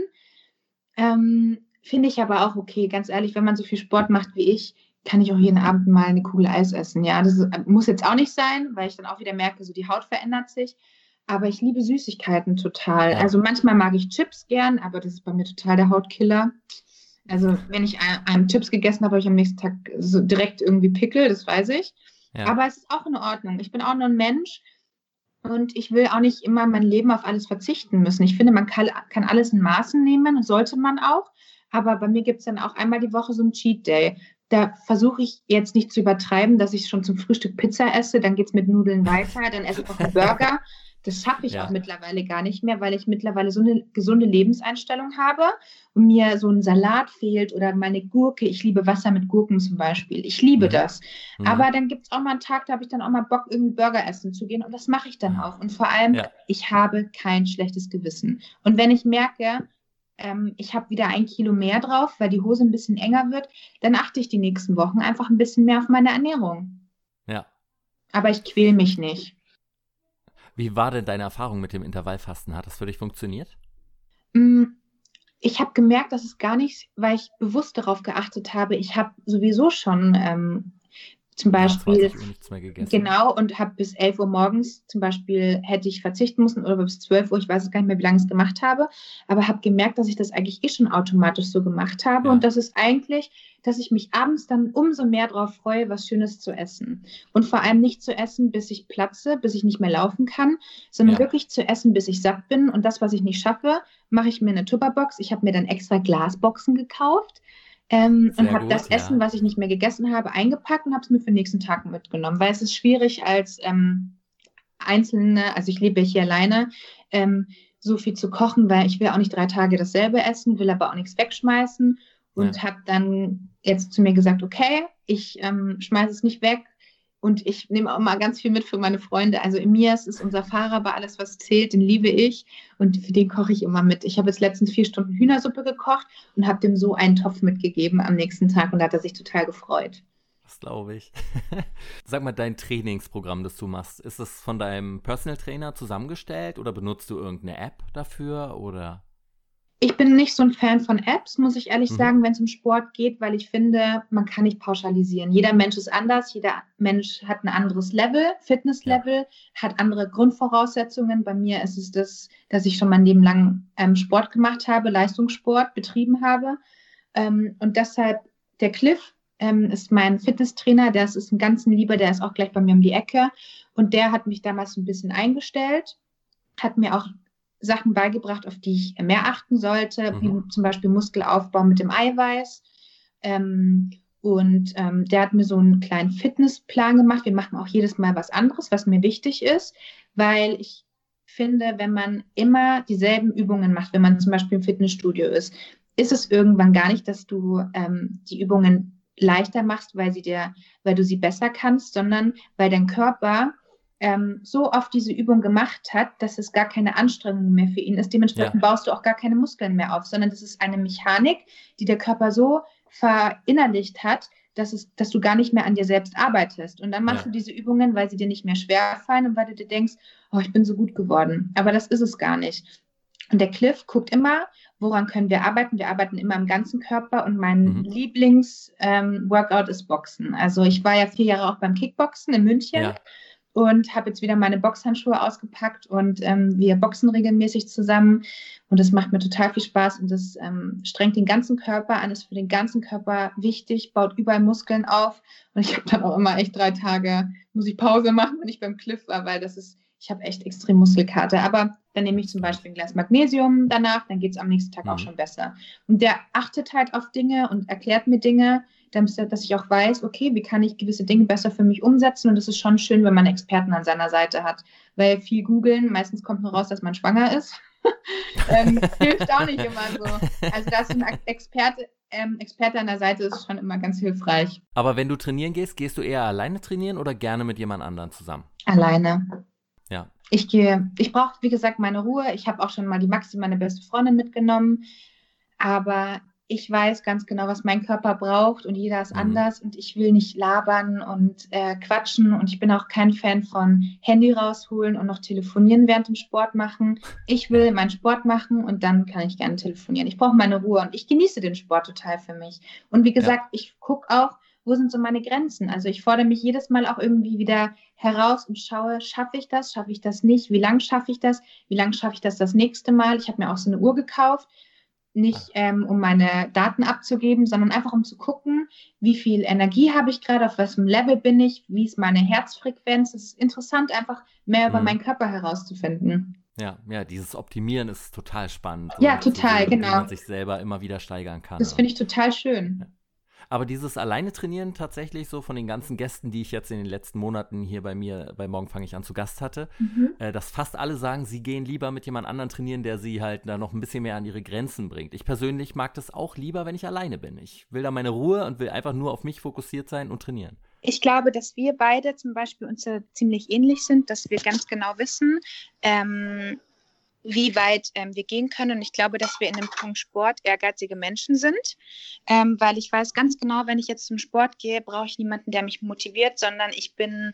Ähm, finde ich aber auch okay. Ganz ehrlich, wenn man so viel Sport macht wie ich, kann ich auch jeden Abend mal eine Kugel Eis essen. Ja, das ist, muss jetzt auch nicht sein, weil ich dann auch wieder merke, so die Haut verändert sich. Aber ich liebe Süßigkeiten total. Ja. Also manchmal mag ich Chips gern, aber das ist bei mir total der Hautkiller. Also wenn ich ein- einen Chips gegessen habe, habe ich am nächsten Tag so direkt irgendwie Pickel, das weiß ich. Ja. Aber es ist auch in Ordnung. Ich bin auch nur ein Mensch und ich will auch nicht immer mein Leben auf alles verzichten müssen. Ich finde, man kann, kann alles in Maßen nehmen und sollte man auch. Aber bei mir gibt es dann auch einmal die Woche so einen Cheat Day. Da versuche ich jetzt nicht zu übertreiben, dass ich schon zum Frühstück Pizza esse, dann geht es mit Nudeln weiter, dann esse ich noch einen Burger. Das schaffe ich Ja. auch mittlerweile gar nicht mehr, weil ich mittlerweile so eine gesunde Lebenseinstellung habe und mir so ein Salat fehlt oder meine Gurke. Ich liebe Wasser mit Gurken zum Beispiel. Ich liebe Mhm. das. Mhm. Aber dann gibt es auch mal einen Tag, da habe ich dann auch mal Bock, irgendwie Burger essen zu gehen und das mache ich dann auch. Und vor allem, Ja. ich habe kein schlechtes Gewissen. Und wenn ich merke, ähm, ich habe wieder ein Kilo mehr drauf, weil die Hose ein bisschen enger wird, dann achte ich die nächsten Wochen einfach ein bisschen mehr auf meine Ernährung. Ja. Aber ich quäle mich nicht. Wie war denn deine Erfahrung mit dem Intervallfasten? Hat das für dich funktioniert? Mm, Ich habe gemerkt, dass es gar nicht, weil ich bewusst darauf geachtet habe, ich habe sowieso schon ähm, zum Nach Beispiel, zwanzig Uhr nichts mehr gegessen? genau, und habe bis elf Uhr morgens zum Beispiel, hätte ich verzichten müssen oder bis zwölf Uhr, ich weiß es gar nicht mehr, wie lange ich es gemacht habe, aber habe gemerkt, dass ich das eigentlich eh schon automatisch so gemacht habe Ja. und das ist eigentlich, dass ich mich abends dann umso mehr darauf freue, was Schönes zu essen und vor allem nicht zu essen, bis ich platze, bis ich nicht mehr laufen kann, sondern Ja. wirklich zu essen, bis ich satt bin und das, was ich nicht schaffe, mache ich mir eine Tupperbox. Ich habe mir dann extra Glasboxen gekauft. Ähm, Sehr und habe gut, das ja. Essen, was ich nicht mehr gegessen habe, eingepackt und habe es mir für den nächsten Tag mitgenommen, weil es ist schwierig als ähm, Einzelne, also ich lebe hier alleine, ähm, so viel zu kochen, weil ich will auch nicht drei Tage dasselbe essen, will aber auch nichts wegschmeißen und Ja. habe dann jetzt zu mir gesagt, okay, ich ähm, schmeiße es nicht weg und ich nehme auch mal ganz viel mit für meine Freunde. Also Emias ist unser Fahrer bei alles, was zählt, den liebe ich und für den koche ich immer mit. Ich habe jetzt letztens vier Stunden Hühnersuppe gekocht und habe dem so einen Topf mitgegeben am nächsten Tag und da hat er sich total gefreut. Das glaube ich. Sag mal, dein Trainingsprogramm, das du machst, ist es von deinem Personal Trainer zusammengestellt oder benutzt du irgendeine App dafür oder? Ich bin nicht so ein Fan von Apps, muss ich ehrlich Mhm. sagen, wenn es um Sport geht, weil ich finde, man kann nicht pauschalisieren. Jeder Mensch ist anders, jeder Mensch hat ein anderes Level, Ja. Fitnesslevel, hat andere Grundvoraussetzungen. Bei mir ist es das, dass ich schon mein Leben lang ähm, Sport gemacht habe, Leistungssport betrieben habe. Ähm, und deshalb, der Cliff ähm, ist mein Fitnesstrainer, der ist, ist ein ganz Lieber, der ist auch gleich bei mir um die Ecke. Und der hat mich damals so ein bisschen eingestellt, hat mir auch Sachen beigebracht, auf die ich mehr achten sollte, Mhm. wie zum Beispiel Muskelaufbau mit dem Eiweiß. Ähm, und ähm, der hat mir so einen kleinen Fitnessplan gemacht. Wir machen auch jedes Mal was anderes, was mir wichtig ist, weil ich finde, wenn man immer dieselben Übungen macht, wenn man zum Beispiel im Fitnessstudio ist, ist es irgendwann gar nicht, dass du ähm, die Übungen leichter machst, weil sie dir, weil du sie besser kannst, sondern weil dein Körper ähm, so oft diese Übung gemacht hat, dass es gar keine Anstrengung mehr für ihn ist. Dementsprechend Ja. baust du auch gar keine Muskeln mehr auf, sondern das ist eine Mechanik, die der Körper so verinnerlicht hat, dass, es, dass du gar nicht mehr an dir selbst arbeitest. Und dann machst Ja. du diese Übungen, weil sie dir nicht mehr schwer fallen und weil du dir denkst, oh, ich bin so gut geworden. Aber das ist es gar nicht. Und der Cliff guckt immer, woran können wir arbeiten. Wir arbeiten immer im ganzen Körper und mein Mhm. Lieblings-Workout ist Boxen. Also ich war ja vier Jahre auch beim Kickboxen in München. Ja. Und habe jetzt wieder meine Boxhandschuhe ausgepackt und ähm, wir boxen regelmäßig zusammen und das macht mir total viel Spaß und das ähm, strengt den ganzen Körper an, ist für den ganzen Körper wichtig, baut überall Muskeln auf und ich habe dann auch immer echt drei Tage, muss ich Pause machen, wenn ich beim Cliff war, weil das ist, ich habe echt extrem Muskelkater, aber dann nehme ich zum Beispiel ein Glas Magnesium danach, dann geht es am nächsten Tag Mhm. auch schon besser. Und der achtet halt auf Dinge und erklärt mir Dinge, dass ich auch weiß, okay, wie kann ich gewisse Dinge besser für mich umsetzen und es ist schon schön, wenn man Experten an seiner Seite hat, weil viel googeln, meistens kommt nur raus, dass man schwanger ist, ähm, hilft auch nicht immer so. Also da ist ein Experte, ähm, Experte an der Seite ist schon immer ganz hilfreich. Aber wenn du trainieren gehst, gehst du eher alleine trainieren oder gerne mit jemand anderem zusammen? Alleine. Ja. Ich gehe, ich brauche, wie gesagt, meine Ruhe. Ich habe auch schon mal die Maxi, meine beste Freundin, mitgenommen, aber ich weiß ganz genau, was mein Körper braucht und jeder ist Mhm. anders und ich will nicht labern und äh, quatschen und ich bin auch kein Fan von Handy rausholen und noch telefonieren während dem Sport machen. Ich will meinen Sport machen und dann kann ich gerne telefonieren. Ich brauche meine Ruhe und ich genieße den Sport total für mich. Und wie gesagt, ich gucke auch, wo sind so meine Grenzen? Also ich fordere mich jedes Mal auch irgendwie wieder heraus und schaue, schaffe ich das, schaffe ich das nicht? Wie lange schaffe ich das? Wie lange schaffe ich das das nächste Mal? Ich habe mir auch so eine Uhr gekauft. Nicht ähm, um meine Daten abzugeben, sondern einfach um zu gucken, wie viel Energie habe ich gerade, auf welchem Level bin ich, wie ist meine Herzfrequenz. Es ist interessant, einfach mehr über Mhm. meinen Körper herauszufinden. Ja, ja, dieses Optimieren ist total spannend. Ja, und zu total, sehen, genau. Wie man sich selber immer wieder steigern kann. Das finde ich total schön. Ja. Aber dieses alleine trainieren tatsächlich so von den ganzen Gästen, die ich jetzt in den letzten Monaten hier bei mir, bei Morgen fange ich an zu Gast hatte, Mhm. äh, dass fast alle sagen, sie gehen lieber mit jemand anderem trainieren, der sie halt da noch ein bisschen mehr an ihre Grenzen bringt. Ich persönlich mag das auch lieber, wenn ich alleine bin. Ich will da meine Ruhe und will einfach nur auf mich fokussiert sein und trainieren. Ich glaube, dass wir beide zum Beispiel uns ja ziemlich ähnlich sind, dass wir ganz genau wissen, ähm, wie weit ähm, wir gehen können. Und ich glaube, dass wir in dem Punkt Sport ehrgeizige Menschen sind, ähm, weil ich weiß ganz genau, wenn ich jetzt zum Sport gehe, brauche ich niemanden, der mich motiviert, sondern ich bin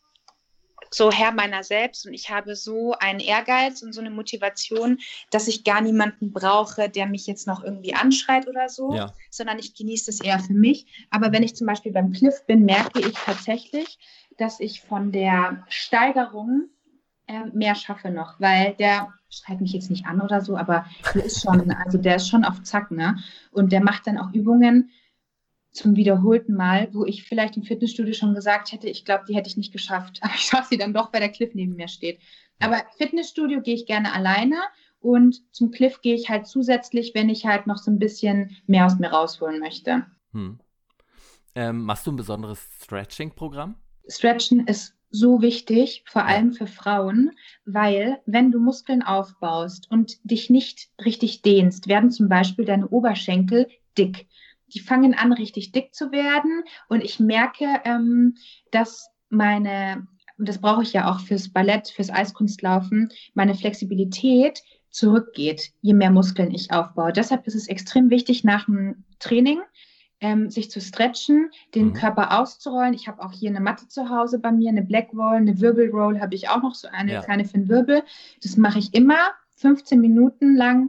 so Herr meiner selbst und ich habe so einen Ehrgeiz und so eine Motivation, dass ich gar niemanden brauche, der mich jetzt noch irgendwie anschreit oder so, Ja. sondern ich genieße es eher für mich. Aber wenn ich zum Beispiel beim Cliff bin, merke ich tatsächlich, dass ich von der Steigerung äh, mehr schaffe noch, weil der schreit mich jetzt nicht an oder so, aber der ist schon, also der ist schon auf Zack, ne? Und der macht dann auch Übungen zum wiederholten Mal, wo ich vielleicht im Fitnessstudio schon gesagt hätte, ich glaube, die hätte ich nicht geschafft. Aber ich schaffe sie dann doch, weil der Cliff neben mir steht. Aber Fitnessstudio gehe ich gerne alleine und zum Cliff gehe ich halt zusätzlich, wenn ich halt noch so ein bisschen mehr aus mir rausholen möchte. Hm. Ähm, machst du ein besonderes Stretching-Programm? Stretchen ist so wichtig, vor Ja. allem für Frauen, weil wenn du Muskeln aufbaust und dich nicht richtig dehnst, werden zum Beispiel deine Oberschenkel dick. Die fangen an, richtig dick zu werden und ich merke, ähm, dass meine, und das brauche ich ja auch fürs Ballett, fürs Eiskunstlaufen, meine Flexibilität zurückgeht, je mehr Muskeln ich aufbaue. Deshalb ist es extrem wichtig, nach dem Training ähm, sich zu stretchen, den Mhm. Körper auszurollen. Ich habe auch hier eine Matte zu Hause bei mir, eine Black Roll, eine Wirbel Roll habe ich auch noch, so eine Ja. kleine für den Wirbel. Das mache ich immer fünfzehn Minuten lang,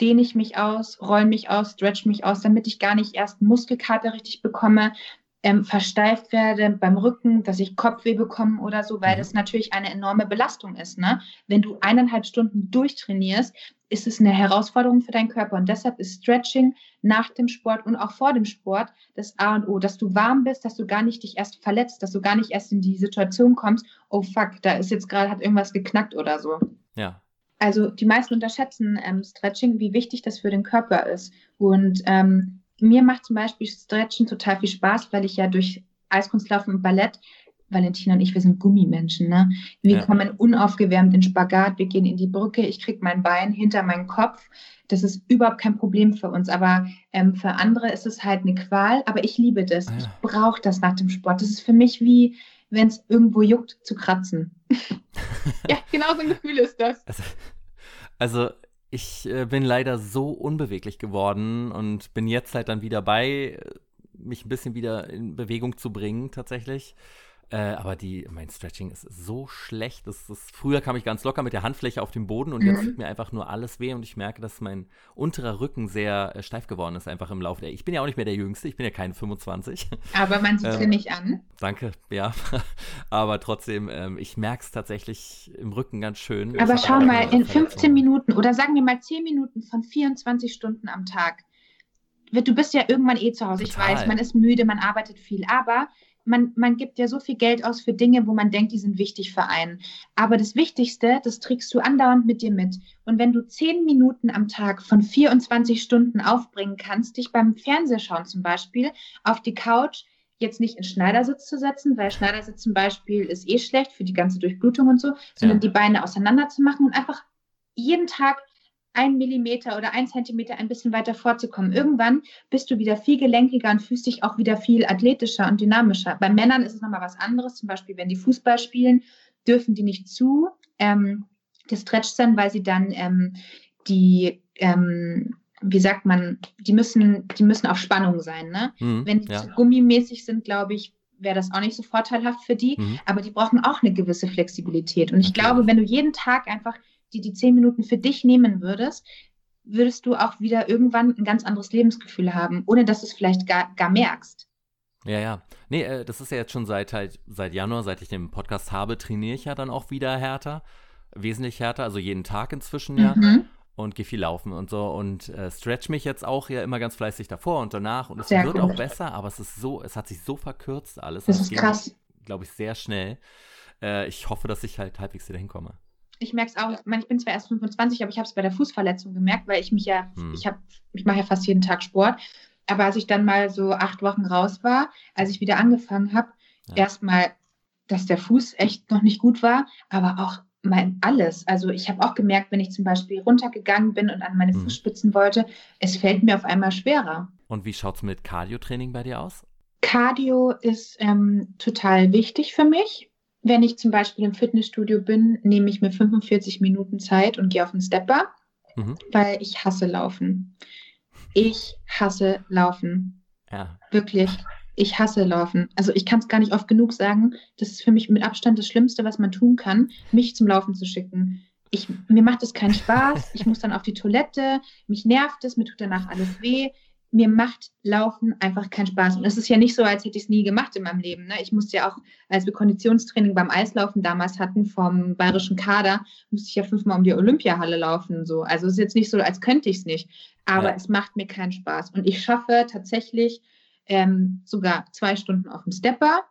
dehne ich mich aus, roll mich aus, stretch mich aus, damit ich gar nicht erst Muskelkater richtig bekomme, ähm, versteift werde beim Rücken, dass ich Kopfweh bekomme oder so, weil Mhm. das natürlich eine enorme Belastung ist. Ne? Wenn du eineinhalb Stunden durchtrainierst, ist es eine Herausforderung für deinen Körper. Und deshalb ist Stretching nach dem Sport und auch vor dem Sport das A und O, dass du warm bist, dass du gar nicht dich erst verletzt, dass du gar nicht erst in die Situation kommst, oh fuck, da ist jetzt gerade, hat irgendwas geknackt oder so. Ja. Also die meisten unterschätzen ähm, Stretching, wie wichtig das für den Körper ist. Und ähm, mir macht zum Beispiel Stretchen total viel Spaß, weil ich ja durch Eiskunstlaufen und Ballett, Valentina und ich, wir sind Gummimenschen, ne? Wir Ja. kommen unaufgewärmt in Spagat, wir gehen in die Brücke, ich kriege mein Bein hinter meinen Kopf. Das ist überhaupt kein Problem für uns, aber ähm, für andere ist es halt eine Qual. Aber ich liebe das. Ah, ja. Ich brauche das nach dem Sport. Das ist für mich wie, wenn es irgendwo juckt, zu kratzen. Ja, genau so ein Gefühl ist das. Also, also ich äh, bin leider so unbeweglich geworden und bin jetzt halt dann wieder bei, äh, mich ein bisschen wieder in Bewegung zu bringen tatsächlich. Äh, aber die, mein Stretching ist so schlecht. Das ist, früher kam ich ganz locker mit der Handfläche auf den Boden und jetzt Mhm. tut mir einfach nur alles weh und ich merke, dass mein unterer Rücken sehr äh, steif geworden ist, einfach im Laufe der. Ich bin ja auch nicht mehr der Jüngste, ich bin ja keine fünfundzwanzig. Aber man sieht es dir Ähm, nicht an. Danke, ja. Aber trotzdem, ähm, ich merke es tatsächlich im Rücken ganz schön. Ich Aber hatte schau auch mal, eine in fünfzehn Verletzung. Minuten oder sagen wir mal zehn Minuten von vierundzwanzig Stunden am Tag. wird- Du bist ja irgendwann eh zu Hause. Ich weiß, Total. man ist müde, man arbeitet viel, aber man, man gibt ja so viel Geld aus für Dinge, wo man denkt, die sind wichtig für einen. Aber das Wichtigste, das trägst du andauernd mit dir mit. Und wenn du zehn Minuten am Tag von vierundzwanzig Stunden aufbringen kannst, dich beim Fernsehschauen zum Beispiel auf die Couch jetzt nicht in Schneidersitz zu setzen, weil Schneidersitz zum Beispiel ist eh schlecht für die ganze Durchblutung und so, sondern Ja. die Beine auseinander zu machen und einfach jeden Tag ein Millimeter oder ein Zentimeter ein bisschen weiter vorzukommen. Irgendwann bist du wieder viel gelenkiger und fühlst dich auch wieder viel athletischer und dynamischer. Bei Männern ist es nochmal was anderes. Zum Beispiel, wenn die Fußball spielen, dürfen die nicht zu ähm, gestretcht sein, weil sie dann ähm, die, ähm, wie sagt man, die müssen, die müssen auf Spannung sein. Ne? Mhm, Wenn die ja. zu gummimäßig sind, glaube ich, wäre das auch nicht so vorteilhaft für die. Mhm. Aber die brauchen auch eine gewisse Flexibilität. Und ich Natürlich. glaube, wenn du jeden Tag einfach die, die zehn Minuten für dich nehmen würdest, würdest du auch wieder irgendwann ein ganz anderes Lebensgefühl haben, ohne dass du es vielleicht gar, gar merkst. Ja, ja. Nee, äh, das ist ja jetzt schon seit halt, seit Januar, seit ich den Podcast habe, trainiere ich ja dann auch wieder härter. Wesentlich härter, also jeden Tag inzwischen ja. Mhm. Und gehe viel laufen und so und äh, stretch mich jetzt auch ja immer ganz fleißig davor und danach und es Sehr wird gut. auch besser, aber es ist so, es hat sich so verkürzt alles. Das und es ist ging, krass. glaube ich, sehr schnell. Äh, ich hoffe, dass ich halt halbwegs wieder hinkomme. Ich merke es auch, ich, meine, ich bin zwar erst fünfundzwanzig, aber ich habe es bei der Fußverletzung gemerkt, weil ich mich ja, Hm. ich habe, ich mache ja fast jeden Tag Sport. Aber als ich dann mal so acht Wochen raus war, als ich wieder angefangen habe, Ja. erstmal, dass der Fuß echt noch nicht gut war, aber auch mein alles. Also ich habe auch gemerkt, wenn ich zum Beispiel runtergegangen bin und an meine Mhm. Fußspitzen wollte, es fällt mir auf einmal schwerer. Und wie schaut es mit Cardio-Training bei dir aus? Cardio ist ähm, total wichtig für mich. Wenn ich zum Beispiel im Fitnessstudio bin, nehme ich mir fünfundvierzig Minuten Zeit und gehe auf den Stepper, Mhm. weil ich hasse Laufen. Ich hasse Laufen. Ja. Wirklich. Ich hasse Laufen. Also ich kann es gar nicht oft genug sagen. Das ist für mich mit Abstand das Schlimmste, was man tun kann, mich zum Laufen zu schicken. Ich, mir macht es keinen Spaß. Ich muss dann auf die Toilette. Mich nervt es. Mir tut danach alles weh. Mir macht Laufen einfach keinen Spaß. Und es ist ja nicht so, als hätte ich es nie gemacht in meinem Leben. Ne? Ich musste ja auch, als wir Konditionstraining beim Eislaufen damals hatten vom bayerischen Kader, musste ich ja fünfmal um die Olympiahalle laufen. So. Also es ist jetzt nicht so, als könnte ich es nicht. Aber Ja. es macht mir keinen Spaß. Und ich schaffe tatsächlich ähm, sogar zwei Stunden auf dem Stepper.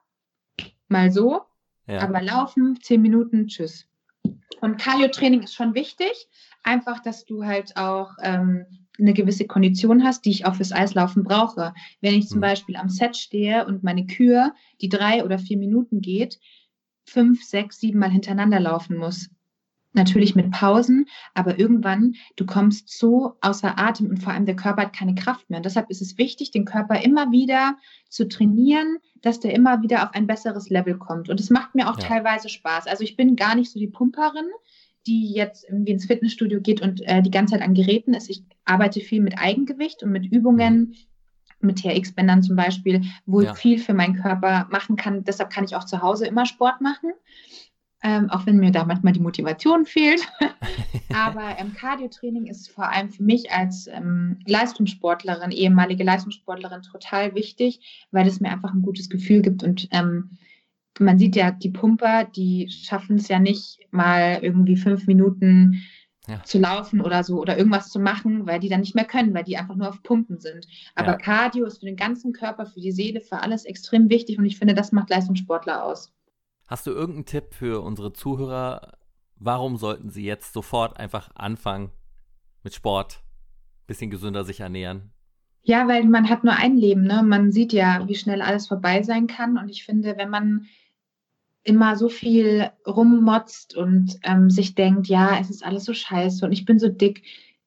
Mal so. Ja. Aber laufen, zehn Minuten, tschüss. Und Cardio-Training ist schon wichtig. Einfach, dass du halt auch ähm, eine gewisse Kondition hast, die ich auch fürs Eislaufen brauche. Wenn ich zum Mhm. Beispiel am Set stehe und meine Kür, die drei oder vier Minuten geht, fünf, sechs, sieben Mal hintereinander laufen muss. Natürlich mit Pausen, aber irgendwann, du kommst so außer Atem und vor allem der Körper hat keine Kraft mehr. Und deshalb ist es wichtig, den Körper immer wieder zu trainieren, dass der immer wieder auf ein besseres Level kommt. Und es macht mir auch Ja. teilweise Spaß. Also ich bin gar nicht so die Pumperin, die jetzt irgendwie ins Fitnessstudio geht und äh, die ganze Zeit an Geräten ist. Ich arbeite viel mit Eigengewicht und mit Übungen, mit T R X-Bändern zum Beispiel, wo Ja. ich viel für meinen Körper machen kann. Deshalb kann ich auch zu Hause immer Sport machen. ähm, auch wenn mir da manchmal die Motivation fehlt. Aber ähm, Cardio-Training ist vor allem für mich als ähm, Leistungssportlerin, ehemalige Leistungssportlerin total wichtig, weil es mir einfach ein gutes Gefühl gibt. Und ähm, man sieht ja, die Pumper, die schaffen es ja nicht mal irgendwie fünf Minuten Ja. zu laufen oder so oder irgendwas zu machen, weil die dann nicht mehr können, weil die einfach nur auf Pumpen sind. Aber Ja. Cardio ist für den ganzen Körper, für die Seele, für alles extrem wichtig und ich finde, das macht Leistungssportler aus. Hast du irgendeinen Tipp für unsere Zuhörer? Warum sollten sie jetzt sofort einfach anfangen mit Sport, bisschen gesünder sich ernähren? Ja, weil man hat nur ein Leben, ne? Man sieht ja, wie schnell alles vorbei sein kann und ich finde, wenn man immer so viel rummotzt und ähm, sich denkt, ja, es ist alles so scheiße und ich bin so dick.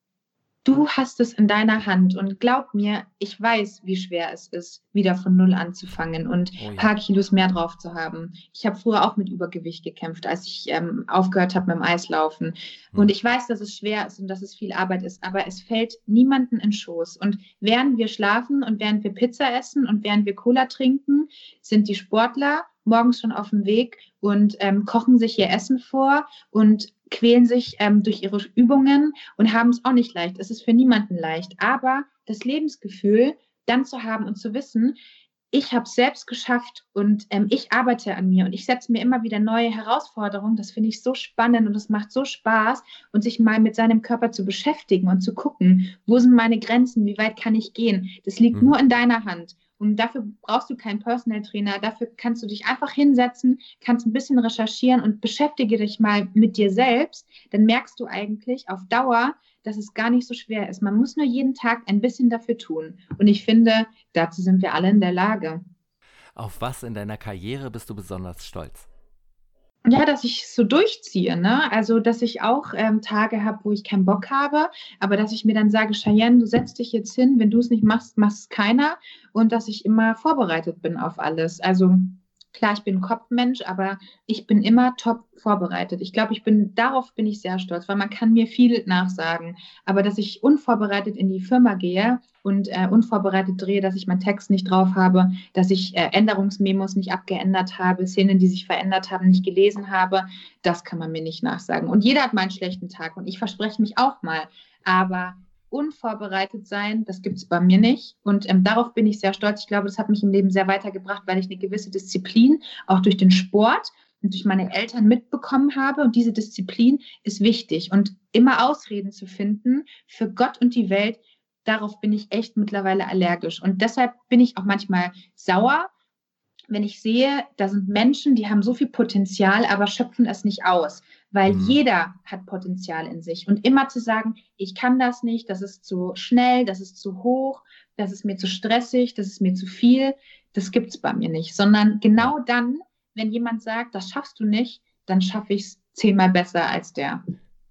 Du hast es in deiner Hand und glaub mir, ich weiß, wie schwer es ist, wieder von Null anzufangen und Oh ein ja. paar Kilos mehr drauf zu haben. Ich habe früher auch mit Übergewicht gekämpft, als ich ähm, aufgehört habe mit dem Eislaufen. Hm. Und ich weiß, dass es schwer ist und dass es viel Arbeit ist, aber es fällt niemanden in den Schoß. Und während wir schlafen und während wir Pizza essen und während wir Cola trinken, sind die Sportler morgens schon auf dem Weg und ähm, kochen sich ihr Essen vor und quälen sich ähm, durch ihre Übungen und haben es auch nicht leicht. Es ist für niemanden leicht. Aber das Lebensgefühl dann zu haben und zu wissen, ich habe es selbst geschafft und ähm, ich arbeite an mir und ich setze mir immer wieder neue Herausforderungen. Das finde ich so spannend und es macht so Spaß und sich mal mit seinem Körper zu beschäftigen und zu gucken, wo sind meine Grenzen, wie weit kann ich gehen. Das liegt Mhm. nur in deiner Hand. Und dafür brauchst du keinen Personal Trainer. Dafür kannst du dich einfach hinsetzen, kannst ein bisschen recherchieren und beschäftige dich mal mit dir selbst. Dann merkst du eigentlich auf Dauer, dass es gar nicht so schwer ist. Man muss nur jeden Tag ein bisschen dafür tun. Und ich finde, dazu sind wir alle in der Lage. Auf was in deiner Karriere bist du besonders stolz? Ja, dass ich es so durchziehe, ne? Also, dass ich auch ähm, Tage habe, wo ich keinen Bock habe, aber dass ich mir dann sage, Cheyenne, du setzt dich jetzt hin, wenn du es nicht machst, macht es keiner und dass ich immer vorbereitet bin auf alles. Also klar, ich bin ein Kopfmensch, aber ich bin immer top vorbereitet. Ich glaube, ich bin, darauf bin ich sehr stolz, weil man kann mir viel nachsagen, aber dass ich unvorbereitet in die Firma gehe und äh, unvorbereitet drehe, dass ich meinen Text nicht drauf habe, dass ich äh, Änderungsmemos nicht abgeändert habe, Szenen, die sich verändert haben, nicht gelesen habe, das kann man mir nicht nachsagen. Und jeder hat mal einen schlechten Tag und ich verspreche mich auch mal, aber unvorbereitet sein, das gibt es bei mir nicht. Und ähm, darauf bin ich sehr stolz. Ich glaube, das hat mich im Leben sehr weitergebracht, weil ich eine gewisse Disziplin auch durch den Sport und durch meine Eltern mitbekommen habe. Und diese Disziplin ist wichtig. Und immer Ausreden zu finden für Gott und die Welt, darauf bin ich echt mittlerweile allergisch. Und deshalb bin ich auch manchmal sauer, wenn ich sehe, da sind Menschen, die haben so viel Potenzial, aber schöpfen es nicht aus, weil Mhm. jeder hat Potenzial in sich. Und immer zu sagen, ich kann das nicht, das ist zu schnell, das ist zu hoch, das ist mir zu stressig, das ist mir zu viel, das gibt es bei mir nicht. Sondern genau Ja. dann, wenn jemand sagt, das schaffst du nicht, dann schaffe ich es zehnmal besser als der.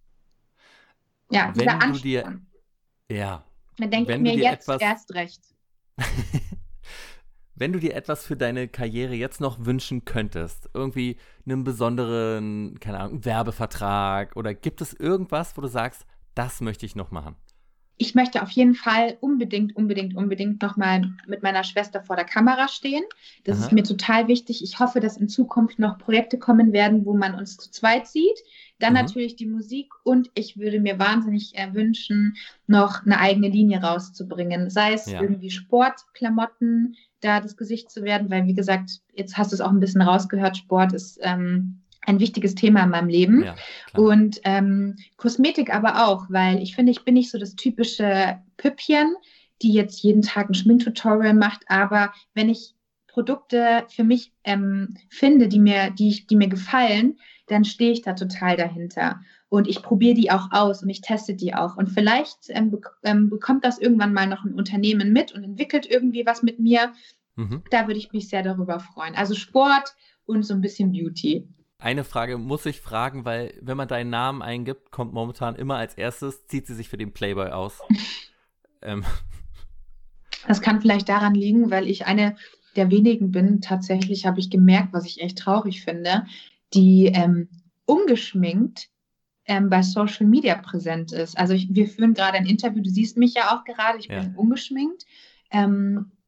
Ja, dieser Wenn du dir, Ansporn. ja, Dann denke ich wenn du mir dir jetzt etwas, erst recht. wenn du dir etwas für deine Karriere jetzt noch wünschen könntest, irgendwie einen besonderen, keine Ahnung, Werbevertrag oder gibt es irgendwas, wo du sagst, das möchte ich noch machen? Ich möchte auf jeden Fall unbedingt, unbedingt, unbedingt nochmal mit meiner Schwester vor der Kamera stehen. Das Aha. ist mir total wichtig. Ich hoffe, dass in Zukunft noch Projekte kommen werden, wo man uns zu zweit sieht. Dann Mhm. natürlich die Musik und ich würde mir wahnsinnig äh, wünschen, noch eine eigene Linie rauszubringen. Sei es Ja. irgendwie Sportklamotten, da das Gesicht zu werden, weil wie gesagt, jetzt hast du es auch ein bisschen rausgehört, Sport ist ähm, ein wichtiges Thema in meinem Leben. Ja, klar. Und ähm, Kosmetik aber auch, weil ich finde, ich bin nicht so das typische Püppchen, die jetzt jeden Tag ein Schminktutorial macht, aber wenn ich Produkte für mich ähm, finde, die mir, die, ich- die mir gefallen, dann stehe ich da total dahinter. Und ich probiere die auch aus und ich teste die auch. Und vielleicht ähm, bek ähm, bekommt das irgendwann mal noch ein Unternehmen mit und entwickelt irgendwie was mit mir. Mhm. Da würde ich mich sehr darüber freuen. Also Sport und so ein bisschen Beauty. Eine Frage muss ich fragen, weil wenn man deinen Namen eingibt, kommt momentan immer als erstes, zieht sie sich für den Playboy aus. ähm, Das kann vielleicht daran liegen, weil ich eine der wenigen bin, tatsächlich habe ich gemerkt, was ich echt traurig finde, die ähm, ungeschminkt ähm, bei Social Media präsent ist. Also ich, wir führen gerade ein Interview, du siehst mich ja auch gerade, ich Ja. bin ungeschminkt. Ähm,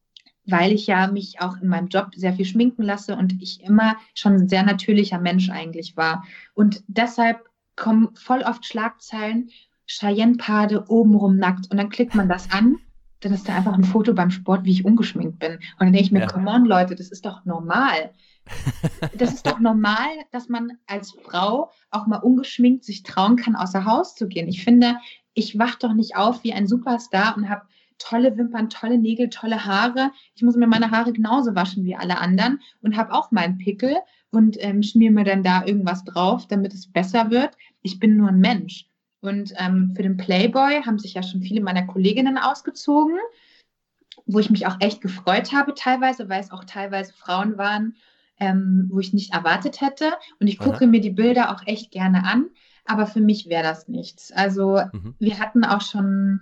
weil ich ja mich auch in meinem Job sehr viel schminken lasse und ich immer schon ein sehr natürlicher Mensch eigentlich war. Und deshalb kommen voll oft Schlagzeilen, Cheyenne Pade obenrum nackt. Und dann klickt man das an, dann ist da einfach ein Foto beim Sport, wie ich ungeschminkt bin. Und dann denke ich mir, Ja. come on, Leute, das ist doch normal. Das ist doch normal, dass man als Frau auch mal ungeschminkt sich trauen kann, außer Haus zu gehen. Ich finde, ich wach doch nicht auf wie ein Superstar und habe tolle Wimpern, tolle Nägel, tolle Haare. Ich muss mir meine Haare genauso waschen wie alle anderen und habe auch meinen Pickel und ähm, schmier mir dann da irgendwas drauf, damit es besser wird. Ich bin nur ein Mensch. Und ähm, für den Playboy haben sich ja schon viele meiner Kolleginnen ausgezogen, wo ich mich auch echt gefreut habe teilweise, weil es auch teilweise Frauen waren, ähm, wo ich nicht erwartet hätte. Und ich gucke Aha. mir die Bilder auch echt gerne an, aber für mich wäre das nichts. Also Mhm. wir hatten auch schon,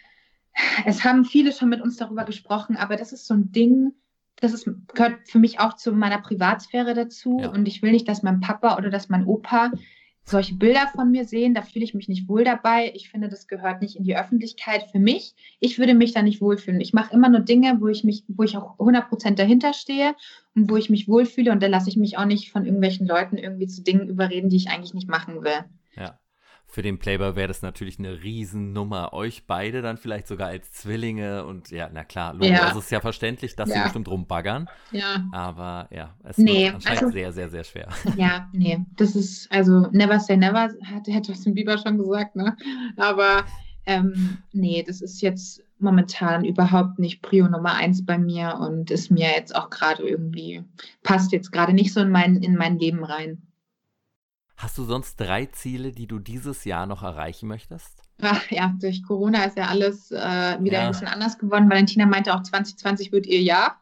es haben viele schon mit uns darüber gesprochen, aber das ist so ein Ding, das ist, gehört für mich auch zu meiner Privatsphäre dazu. Ja. Und ich will nicht, dass mein Papa oder dass mein Opa solche Bilder von mir sehen. Da fühle ich mich nicht wohl dabei. Ich finde, das gehört nicht in die Öffentlichkeit für mich. Ich würde mich da nicht wohlfühlen. Ich mache immer nur Dinge, wo ich mich, wo ich auch hundert Prozent dahinter stehe und wo ich mich wohlfühle. Und da lasse ich mich auch nicht von irgendwelchen Leuten irgendwie zu Dingen überreden, die ich eigentlich nicht machen will. Ja. Für den Playboy wäre das natürlich eine Riesennummer. Euch beide dann vielleicht sogar als Zwillinge und ja, na klar, Logo. Ja. Also es ist ja verständlich, dass sie Ja. bestimmt rumbaggern, Ja. aber ja, es Nee, wird anscheinend also- sehr, sehr, sehr schwer. Ja, nee, das ist, also never say never, hat, hat Justin Bieber schon gesagt, ne? Aber ähm, nee, das ist jetzt momentan überhaupt nicht Prio Nummer eins bei mir und ist mir jetzt auch gerade irgendwie, passt jetzt gerade nicht so in mein, in mein Leben rein. Hast du sonst drei Ziele, die du dieses Jahr noch erreichen möchtest? Ach ja, durch Corona ist ja alles äh, wieder Ja. ein bisschen anders geworden. Valentina meinte auch, zwanzig zwanzig wird ihr Jahr.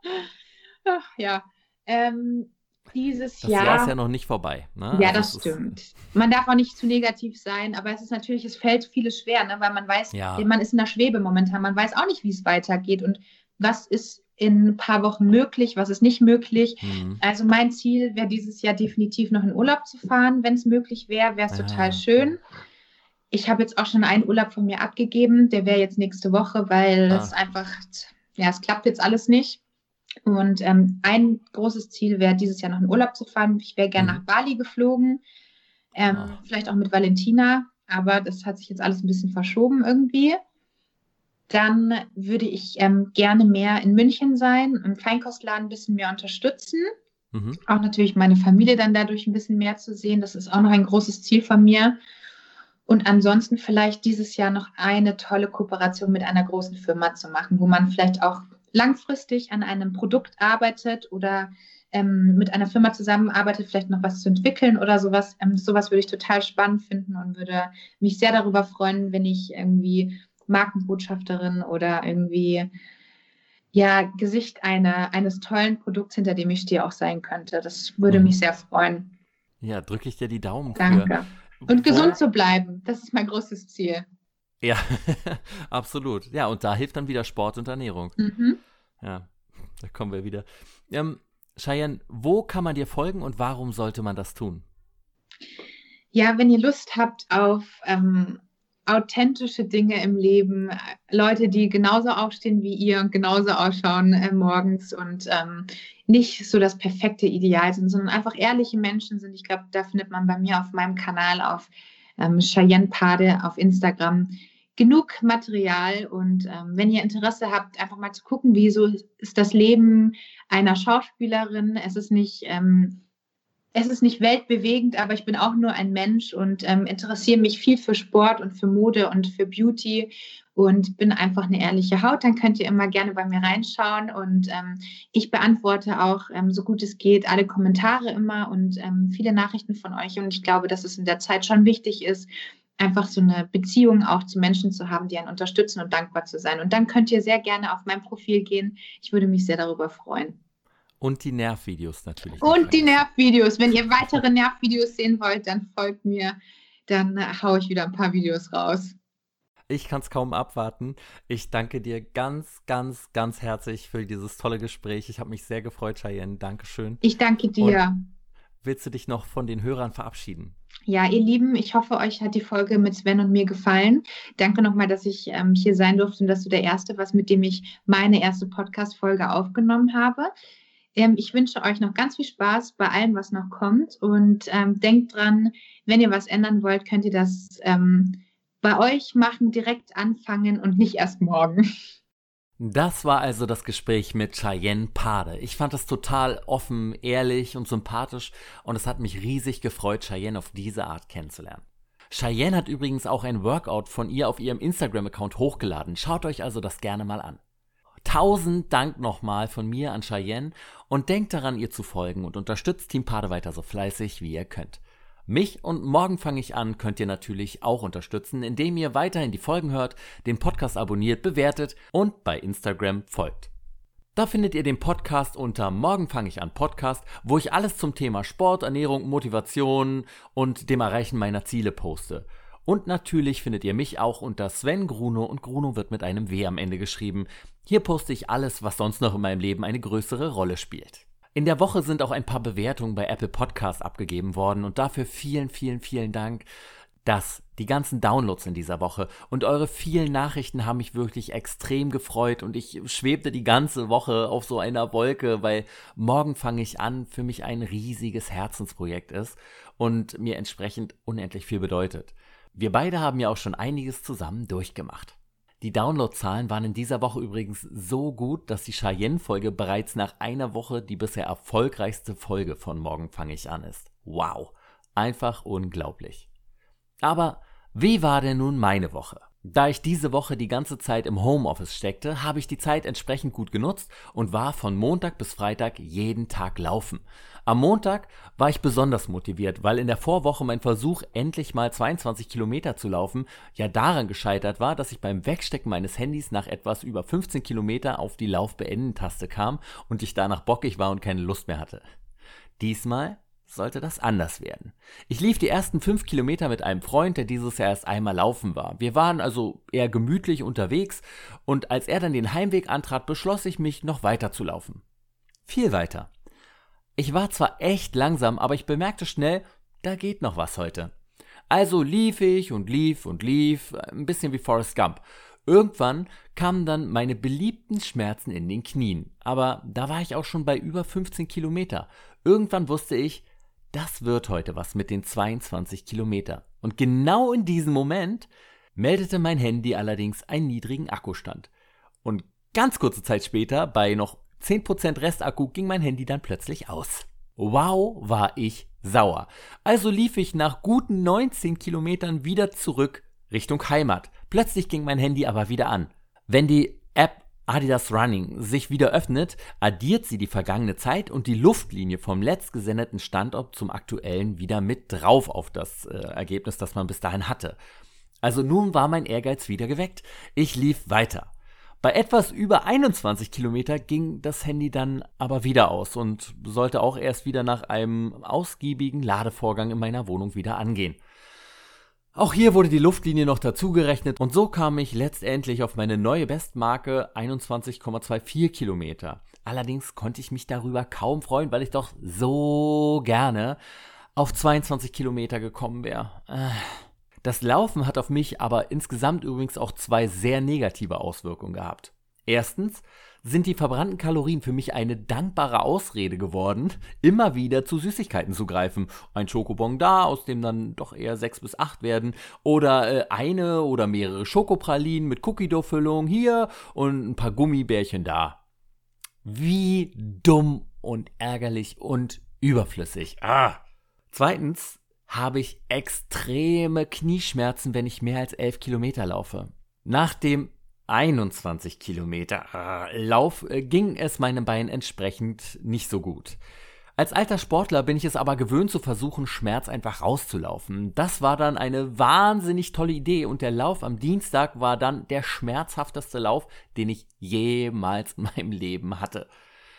Ach ja, ähm, dieses Das Jahr. Jahr ist ja noch nicht vorbei. Ne? Ja, Also das es ist- stimmt. Man darf auch nicht zu negativ sein, aber es ist natürlich, es fällt vieles schwer, ne? Weil man weiß, Ja. man ist in der Schwebe momentan, man weiß auch nicht, wie es weitergeht und was ist in ein paar Wochen möglich, was ist nicht möglich. Hm. Also mein Ziel wäre dieses Jahr definitiv noch in Urlaub zu fahren. Wenn es möglich wäre, wäre es Ah. total schön. Ich habe jetzt auch schon einen Urlaub von mir abgegeben, der wäre jetzt nächste Woche, weil Ah. es einfach, ja, es klappt jetzt alles nicht. Und ähm, ein großes Ziel wäre, dieses Jahr noch in Urlaub zu fahren. Ich wäre gerne Mhm. nach Bali geflogen, ähm, Ah. vielleicht auch mit Valentina, aber das hat sich jetzt alles ein bisschen verschoben irgendwie. Dann würde ich ähm, gerne mehr in München sein, im Feinkostladen ein bisschen mehr unterstützen. Mhm. Auch natürlich meine Familie dann dadurch ein bisschen mehr zu sehen. Das ist auch noch ein großes Ziel von mir. Und ansonsten vielleicht dieses Jahr noch eine tolle Kooperation mit einer großen Firma zu machen, wo man vielleicht auch langfristig an einem Produkt arbeitet oder ähm, mit einer Firma zusammenarbeitet, vielleicht noch was zu entwickeln oder sowas. Ähm, sowas würde ich total spannend finden und würde mich sehr darüber freuen, wenn ich irgendwie Markenbotschafterin oder irgendwie ja, Gesicht einer, eines tollen Produkts, hinter dem ich stehe, auch sein könnte. Das würde Mhm. mich sehr freuen. Ja, drücke ich dir die Daumen für. Danke. Und Wo- gesund zu bleiben, das ist mein großes Ziel. Ja, absolut. Ja, und da hilft dann wieder Sport und Ernährung. Mhm. Ja, da kommen wir wieder. Ähm, Cheyenne, wo kann man dir folgen und warum sollte man das tun? Ja, wenn ihr Lust habt auf ähm, authentische Dinge im Leben, äh, Leute, die genauso aufstehen wie ihr und genauso ausschauen äh, morgens und ähm, nicht so das perfekte Ideal sind, sondern einfach ehrliche Menschen sind. Ich glaube, da findet man bei mir auf meinem Kanal auf ähm, Cheyenne Pade auf Instagram genug Material und ähm, wenn ihr Interesse habt, einfach mal zu gucken, wie so ist das Leben einer Schauspielerin. Es ist nicht ähm, Es ist nicht weltbewegend, aber ich bin auch nur ein Mensch und ähm, interessiere mich viel für Sport und für Mode und für Beauty und bin einfach eine ehrliche Haut. Dann könnt ihr immer gerne bei mir reinschauen und ähm, ich beantworte auch, ähm, so gut es geht, alle Kommentare immer und ähm, viele Nachrichten von euch. Und ich glaube, dass es in der Zeit schon wichtig ist, einfach so eine Beziehung auch zu Menschen zu haben, die einen unterstützen und dankbar zu sein. Und dann könnt ihr sehr gerne auf mein Profil gehen. Ich würde mich sehr darüber freuen. Und die Nervvideos natürlich. nicht Und die vergessen. Nervvideos. Wenn ihr weitere Nervvideos sehen wollt, dann folgt mir. Dann äh, haue ich wieder ein paar Videos raus. Ich kann es kaum abwarten. Ich danke dir ganz, ganz, ganz herzlich für dieses tolle Gespräch. Ich habe mich sehr gefreut, Cheyenne. Dankeschön. Ich danke dir. willst du dich noch von den Hörern verabschieden? Ja, ihr Lieben, ich hoffe, euch hat die Folge mit Sven und mir gefallen. Danke nochmal, dass ich ähm, hier sein durfte und dass du der Erste warst, mit dem ich meine erste Podcast-Folge aufgenommen habe. Ähm, ich wünsche euch noch ganz viel Spaß bei allem, was noch kommt. Und ähm, denkt dran, wenn ihr was ändern wollt, könnt ihr das ähm, bei euch machen, direkt anfangen und nicht erst morgen. Das war also das Gespräch mit Cheyenne Pade. Ich fand es total offen, ehrlich und sympathisch und es hat mich riesig gefreut, Cheyenne auf diese Art kennenzulernen. Cheyenne hat übrigens auch ein Workout von ihr auf ihrem Instagram-Account hochgeladen. Schaut euch also das gerne mal an. Tausend Dank nochmal von mir an Cheyenne und denkt daran, ihr zu folgen und unterstützt Team Pade weiter so fleißig, wie ihr könnt. Mich und Morgen fange ich an könnt ihr natürlich auch unterstützen, indem ihr weiterhin die Folgen hört, den Podcast abonniert, bewertet und bei Instagram folgt. Da findet ihr den Podcast unter Morgen fange ich an Podcast, wo ich alles zum Thema Sport, Ernährung, Motivation und dem Erreichen meiner Ziele poste. Und natürlich findet ihr mich auch unter Sven Gruno und Gruno wird mit einem W am Ende geschrieben. Hier poste ich alles, was sonst noch in meinem Leben eine größere Rolle spielt. In der Woche sind auch ein paar Bewertungen bei Apple Podcasts abgegeben worden und dafür vielen, vielen, vielen Dank. Das, die ganzen Downloads in dieser Woche und eure vielen Nachrichten haben mich wirklich extrem gefreut und ich schwebte die ganze Woche auf so einer Wolke, weil Morgen fange ich an für mich ein riesiges Herzensprojekt ist und mir entsprechend unendlich viel bedeutet. Wir beide haben ja auch schon einiges zusammen durchgemacht. Die Downloadzahlen waren in dieser Woche übrigens so gut, dass die Cheyenne-Folge bereits nach einer Woche die bisher erfolgreichste Folge von Morgen fange ich an ist. Wow, einfach unglaublich. Aber wie war denn nun meine Woche? Da ich diese Woche die ganze Zeit im Homeoffice steckte, habe ich die Zeit entsprechend gut genutzt und war von Montag bis Freitag jeden Tag laufen. Am Montag war ich besonders motiviert, weil in der Vorwoche mein Versuch, endlich mal zweiundzwanzig Kilometer zu laufen, ja daran gescheitert war, dass ich beim Wegstecken meines Handys nach etwas über fünfzehn Kilometer auf die Lauf-Beenden-Taste kam und ich danach bockig war und keine Lust mehr hatte. Diesmal sollte das anders werden. Ich lief die ersten fünf Kilometer mit einem Freund, der dieses Jahr erst einmal laufen war. Wir waren also eher gemütlich unterwegs und als er dann den Heimweg antrat, beschloss ich mich, noch weiter zu laufen. Viel weiter. Ich war zwar echt langsam, aber ich bemerkte schnell, da geht noch was heute. Also lief ich und lief und lief, ein bisschen wie Forrest Gump. Irgendwann kamen dann meine beliebten Schmerzen in den Knien, aber da war ich auch schon bei über fünfzehn Kilometer. Irgendwann wusste ich, das wird heute was mit den zweiundzwanzig Kilometer. Und genau in diesem Moment meldete mein Handy allerdings einen niedrigen Akkustand. Und ganz kurze Zeit später, bei noch zehn Prozent Restakku, ging mein Handy dann plötzlich aus. Wow, war ich sauer. Also lief ich nach guten neunzehn Kilometern wieder zurück Richtung Heimat. Plötzlich ging mein Handy aber wieder an. Wenn die App Adidas Running sich wieder öffnet, addiert sie die vergangene Zeit und die Luftlinie vom letzt gesendeten Standort zum aktuellen wieder mit drauf auf das äh, Ergebnis, das man bis dahin hatte. Also nun war mein Ehrgeiz wieder geweckt. Ich lief weiter. Bei etwas über einundzwanzig Kilometer ging das Handy dann aber wieder aus und sollte auch erst wieder nach einem ausgiebigen Ladevorgang in meiner Wohnung wieder angehen. Auch hier wurde die Luftlinie noch dazugerechnet und so kam ich letztendlich auf meine neue Bestmarke einundzwanzig Komma vierundzwanzig Kilometer. Allerdings konnte ich mich darüber kaum freuen, weil ich doch so gerne auf zweiundzwanzig Kilometer gekommen wäre. Das Laufen hat auf mich aber insgesamt übrigens auch zwei sehr negative Auswirkungen gehabt. Erstens sind die verbrannten Kalorien für mich eine dankbare Ausrede geworden, immer wieder zu Süßigkeiten zu greifen. Ein Schokobon da, aus dem dann doch eher sechs bis acht werden. Oder äh, eine oder mehrere Schokopralinen mit Cookie-Dough-Füllung hier und ein paar Gummibärchen da. Wie dumm und ärgerlich und überflüssig. Ah. Zweitens habe ich extreme Knieschmerzen, wenn ich mehr als elf Kilometer laufe. Nach dem einundzwanzig Kilometer äh, Lauf äh, ging es meinem Bein entsprechend nicht so gut. Als alter Sportler bin ich es aber gewöhnt zu versuchen, Schmerz einfach rauszulaufen. Das war dann eine wahnsinnig tolle Idee und der Lauf am Dienstag war dann der schmerzhafteste Lauf, den ich jemals in meinem Leben hatte.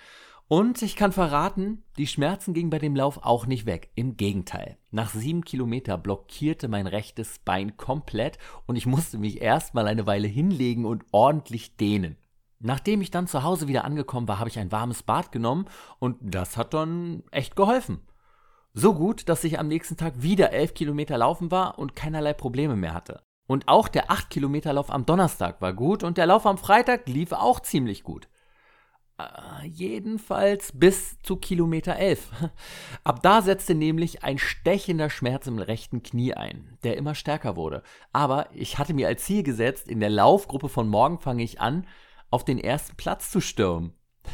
Und ich kann verraten, die Schmerzen gingen bei dem Lauf auch nicht weg. Im Gegenteil. Nach sieben Kilometer blockierte mein rechtes Bein komplett und ich musste mich erstmal eine Weile hinlegen und ordentlich dehnen. Nachdem ich dann zu Hause wieder angekommen war, habe ich ein warmes Bad genommen und das hat dann echt geholfen. So gut, dass ich am nächsten Tag wieder elf Kilometer laufen war und keinerlei Probleme mehr hatte. Und auch der acht Kilometer Lauf am Donnerstag war gut und der Lauf am Freitag lief auch ziemlich gut. Äh, jedenfalls bis zu Kilometer elf. Ab da setzte nämlich ein stechender Schmerz im rechten Knie ein, der immer stärker wurde. Aber ich hatte mir als Ziel gesetzt, in der Laufgruppe von Morgen fange ich an, auf den ersten Platz zu stürmen.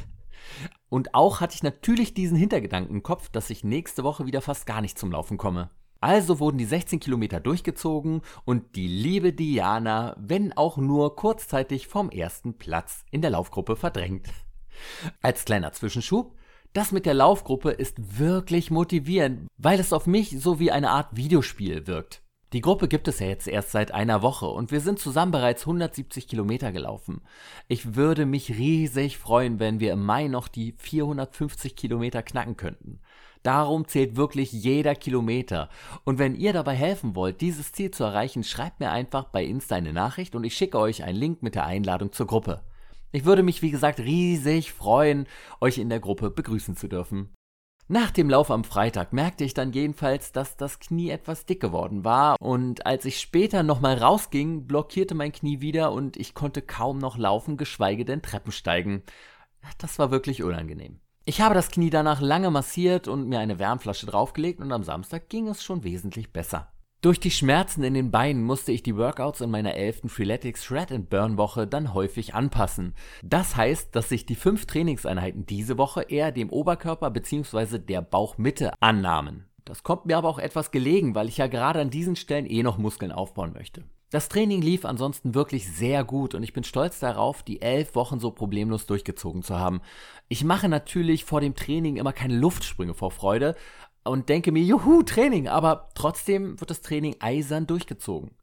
Und auch hatte ich natürlich diesen Hintergedanken im Kopf, dass ich nächste Woche wieder fast gar nicht zum Laufen komme. Also wurden die sechzehn Kilometer durchgezogen und die liebe Diana, wenn auch nur kurzzeitig, vom ersten Platz in der Laufgruppe verdrängt. Als kleiner Zwischenschub, das mit der Laufgruppe ist wirklich motivierend, weil es auf mich so wie eine Art Videospiel wirkt. Die Gruppe gibt es ja jetzt erst seit einer Woche und wir sind zusammen bereits hundertsiebzig Kilometer gelaufen. Ich würde mich riesig freuen, wenn wir im Mai noch die vierhundertfünfzig Kilometer knacken könnten. Darum zählt wirklich jeder Kilometer. Und wenn ihr dabei helfen wollt, dieses Ziel zu erreichen, schreibt mir einfach bei Insta eine Nachricht und ich schicke euch einen Link mit der Einladung zur Gruppe. Ich würde mich, wie gesagt, riesig freuen, euch in der Gruppe begrüßen zu dürfen. Nach dem Lauf am Freitag merkte ich dann jedenfalls, dass das Knie etwas dick geworden war und als ich später nochmal rausging, blockierte mein Knie wieder und ich konnte kaum noch laufen, geschweige denn Treppen steigen. Das war wirklich unangenehm. Ich habe das Knie danach lange massiert und mir eine Wärmflasche draufgelegt und am Samstag ging es schon wesentlich besser. Durch die Schmerzen in den Beinen musste ich die Workouts in meiner elften Freeletics Shred and Burn Woche dann häufig anpassen. Das heißt, dass sich die fünf Trainingseinheiten diese Woche eher dem Oberkörper bzw. der Bauchmitte annahmen. Das kommt mir aber auch etwas gelegen, weil ich ja gerade an diesen Stellen eh noch Muskeln aufbauen möchte. Das Training lief ansonsten wirklich sehr gut und ich bin stolz darauf, die elf Wochen so problemlos durchgezogen zu haben. Ich mache natürlich vor dem Training immer keine Luftsprünge vor Freude und denke mir, juhu, Training, aber trotzdem wird das Training eisern durchgezogen.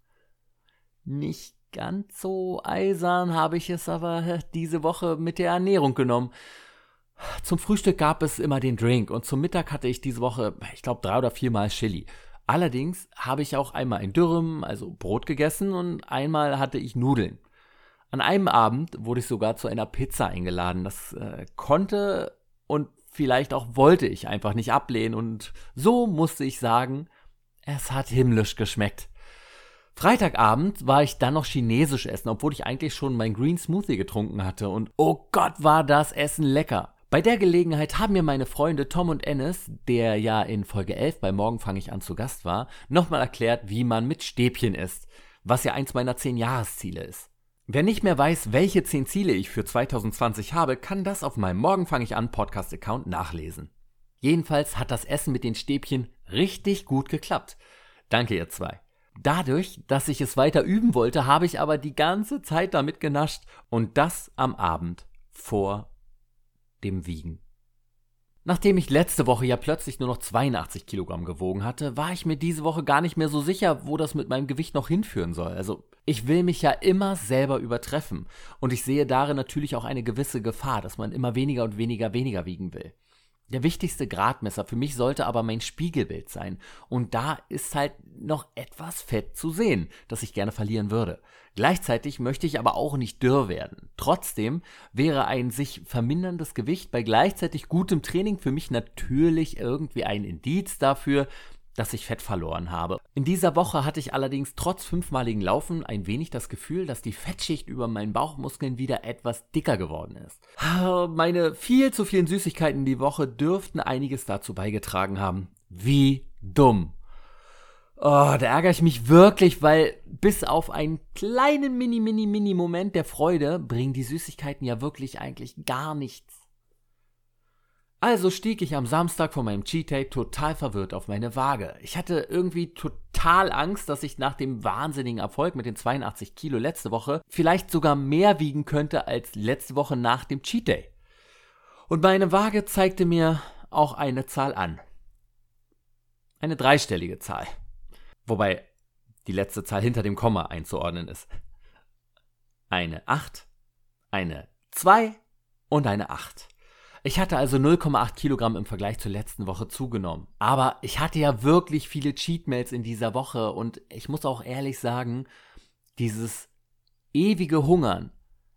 Nicht ganz so eisern habe ich es aber diese Woche mit der Ernährung genommen. Zum Frühstück gab es immer den Drink und zum Mittag hatte ich diese Woche, ich glaube, drei oder viermal Chili. Allerdings habe ich auch einmal ein Dürüm, also Brot gegessen und einmal hatte ich Nudeln. An einem Abend wurde ich sogar zu einer Pizza eingeladen. Das äh, konnte und vielleicht auch wollte ich einfach nicht ablehnen und so musste ich sagen, es hat himmlisch geschmeckt. Freitagabend war ich dann noch chinesisch essen, obwohl ich eigentlich schon mein Green Smoothie getrunken hatte und oh Gott, war das Essen lecker. Bei der Gelegenheit haben mir meine Freunde Tom und Ennis, der ja in Folge elf bei Morgen fange ich an zu Gast war, nochmal erklärt, wie man mit Stäbchen isst, was ja eins meiner zehn Jahresziele ist. Wer nicht mehr weiß, welche zehn Ziele ich für zwanzig zwanzig habe, kann das auf meinem Morgen fange ich an Podcast-Account nachlesen. Jedenfalls hat das Essen mit den Stäbchen richtig gut geklappt. Danke ihr zwei. Dadurch, dass ich es weiter üben wollte, habe ich aber die ganze Zeit damit genascht und das am Abend vor dem Wiegen. Nachdem ich letzte Woche ja plötzlich nur noch zweiundachtzig Kilogramm gewogen hatte, war ich mir diese Woche gar nicht mehr so sicher, wo das mit meinem Gewicht noch hinführen soll. Also ich will mich ja immer selber übertreffen und ich sehe darin natürlich auch eine gewisse Gefahr, dass man immer weniger und weniger weniger wiegen will. Der wichtigste Gradmesser für mich sollte aber mein Spiegelbild sein und da ist halt noch etwas Fett zu sehen, das ich gerne verlieren würde. Gleichzeitig möchte ich aber auch nicht dürr werden. Trotzdem wäre ein sich verminderndes Gewicht bei gleichzeitig gutem Training für mich natürlich irgendwie ein Indiz dafür, dass ich Fett verloren habe. In dieser Woche hatte ich allerdings trotz fünfmaligen Laufen ein wenig das Gefühl, dass die Fettschicht über meinen Bauchmuskeln wieder etwas dicker geworden ist. Meine viel zu vielen Süßigkeiten die Woche dürften einiges dazu beigetragen haben. Wie dumm. Oh, da ärgere ich mich wirklich, weil bis auf einen kleinen Mini-Mini-Mini-Moment der Freude bringen die Süßigkeiten ja wirklich eigentlich gar nichts. Also stieg ich am Samstag von meinem Cheat Day total verwirrt auf meine Waage. Ich hatte irgendwie total Angst, dass ich nach dem wahnsinnigen Erfolg mit den zweiundachtzig Kilo letzte Woche vielleicht sogar mehr wiegen könnte als letzte Woche nach dem Cheat Day. Und meine Waage zeigte mir auch eine Zahl an. Eine dreistellige Zahl. Wobei die letzte Zahl hinter dem Komma einzuordnen ist. Eine acht, eine zwei und eine acht. Ich hatte also null Komma acht Kilogramm im Vergleich zur letzten Woche zugenommen. Aber ich hatte ja wirklich viele Cheat-Mails in dieser Woche und ich muss auch ehrlich sagen, dieses ewige Hungern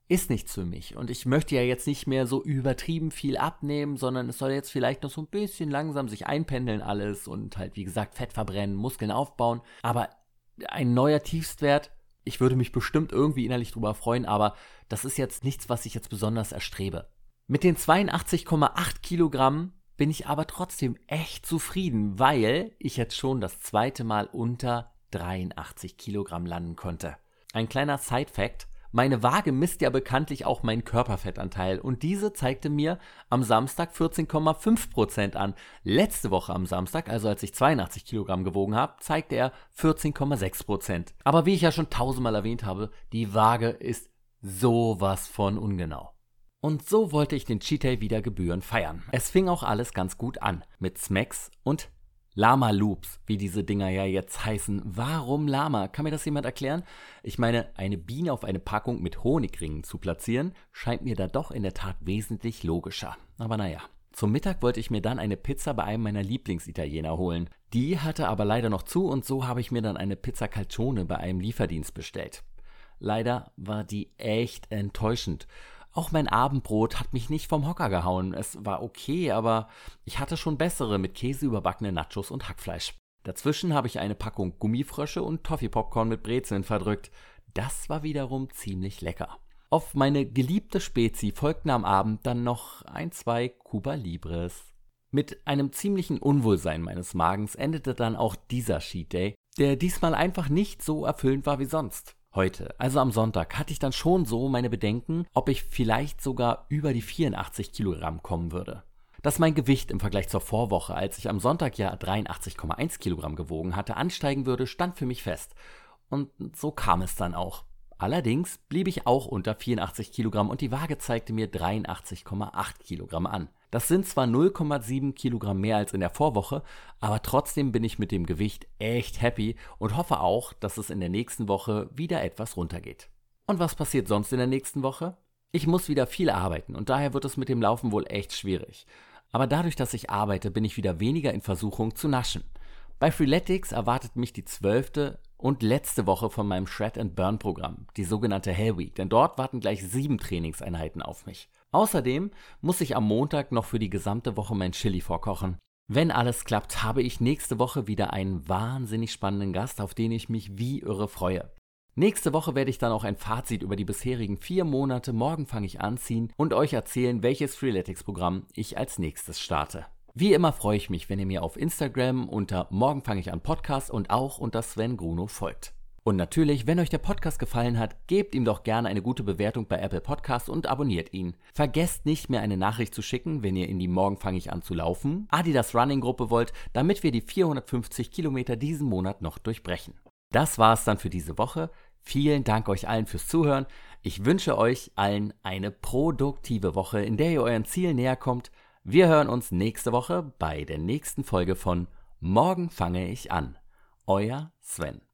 ist nichts für mich. Und ich möchte ja jetzt nicht mehr so übertrieben viel abnehmen, sondern es soll jetzt vielleicht noch so ein bisschen langsam sich einpendeln alles und halt, wie gesagt, Fett verbrennen, Muskeln aufbauen. Aber ein neuer Tiefstwert, ich würde mich bestimmt irgendwie innerlich drüber freuen, aber das ist jetzt nichts, was ich jetzt besonders erstrebe. Mit den zweiundachtzig Komma acht Kilogramm bin ich aber trotzdem echt zufrieden, weil ich jetzt schon das zweite Mal unter dreiundachtzig Kilogramm landen konnte. Ein kleiner Side-Fact: Meine Waage misst ja bekanntlich auch meinen Körperfettanteil und diese zeigte mir am Samstag vierzehn Komma fünf Prozent an. Letzte Woche am Samstag, also als ich zweiundachtzig Kilogramm gewogen habe, zeigte er vierzehn Komma sechs Prozent. Aber wie ich ja schon tausendmal erwähnt habe, die Waage ist sowas von ungenau. Und so wollte ich den Cheat Day wieder gebührend feiern. Es fing auch alles ganz gut an mit Smacks und Lama Loops, wie diese Dinger ja jetzt heißen. Warum Lama? Kann mir das jemand erklären? Ich meine, eine Biene auf eine Packung mit Honigringen zu platzieren, scheint mir da doch in der Tat wesentlich logischer. Aber naja. Zum Mittag wollte ich mir dann eine Pizza bei einem meiner Lieblingsitaliener holen. Die hatte aber leider noch zu und so habe ich mir dann eine Pizza Calzone bei einem Lieferdienst bestellt. Leider war die echt enttäuschend. Auch mein Abendbrot hat mich nicht vom Hocker gehauen. Es war okay, aber ich hatte schon bessere mit Käse überbackene Nachos und Hackfleisch. Dazwischen habe ich eine Packung Gummifrösche und Toffee-Popcorn mit Brezeln verdrückt. Das war wiederum ziemlich lecker. Auf meine geliebte Spezi folgten am Abend dann noch ein, zwei Cuba Libres. Mit einem ziemlichen Unwohlsein meines Magens endete dann auch dieser Cheat Day, der diesmal einfach nicht so erfüllend war wie sonst. Heute, also am Sonntag, hatte ich dann schon so meine Bedenken, ob ich vielleicht sogar über die vierundachtzig Kilogramm kommen würde. Dass mein Gewicht im Vergleich zur Vorwoche, als ich am Sonntag ja dreiundachtzig Komma eins Kilogramm gewogen hatte, ansteigen würde, stand für mich fest. Und so kam es dann auch. Allerdings blieb ich auch unter vierundachtzig Kilogramm und die Waage zeigte mir dreiundachtzig Komma acht Kilogramm an. Das sind zwar null Komma sieben Kilogramm mehr als in der Vorwoche, aber trotzdem bin ich mit dem Gewicht echt happy und hoffe auch, dass es in der nächsten Woche wieder etwas runtergeht. Und was passiert sonst in der nächsten Woche? Ich muss wieder viel arbeiten und daher wird es mit dem Laufen wohl echt schwierig. Aber dadurch, dass ich arbeite, bin ich wieder weniger in Versuchung zu naschen. Bei Freeletics erwartet mich die zwölfte und letzte Woche von meinem Shred-and-Burn-Programm, die sogenannte Hell Week, denn dort warten gleich sieben Trainingseinheiten auf mich. Außerdem muss ich am Montag noch für die gesamte Woche mein Chili vorkochen. Wenn alles klappt, habe ich nächste Woche wieder einen wahnsinnig spannenden Gast, auf den ich mich wie irre freue. Nächste Woche werde ich dann auch ein Fazit über die bisherigen vier Monate Morgen fange ich an ziehen und euch erzählen, welches Freeletics-Programm ich als nächstes starte. Wie immer freue ich mich, wenn ihr mir auf Instagram unter Morgen fange ich an Podcast und auch unter Sven Gruno folgt. Und natürlich, wenn euch der Podcast gefallen hat, gebt ihm doch gerne eine gute Bewertung bei Apple Podcasts und abonniert ihn. Vergesst nicht, mir eine Nachricht zu schicken, wenn ihr in die Morgen fange ich an zu laufen Adidas Running Gruppe wollt, damit wir die vierhundertfünfzig Kilometer diesen Monat noch durchbrechen. Das war's dann für diese Woche. Vielen Dank euch allen fürs Zuhören. Ich wünsche euch allen eine produktive Woche, in der ihr euren Zielen näher kommt. Wir hören uns nächste Woche bei der nächsten Folge von Morgen fange ich an. Euer Sven.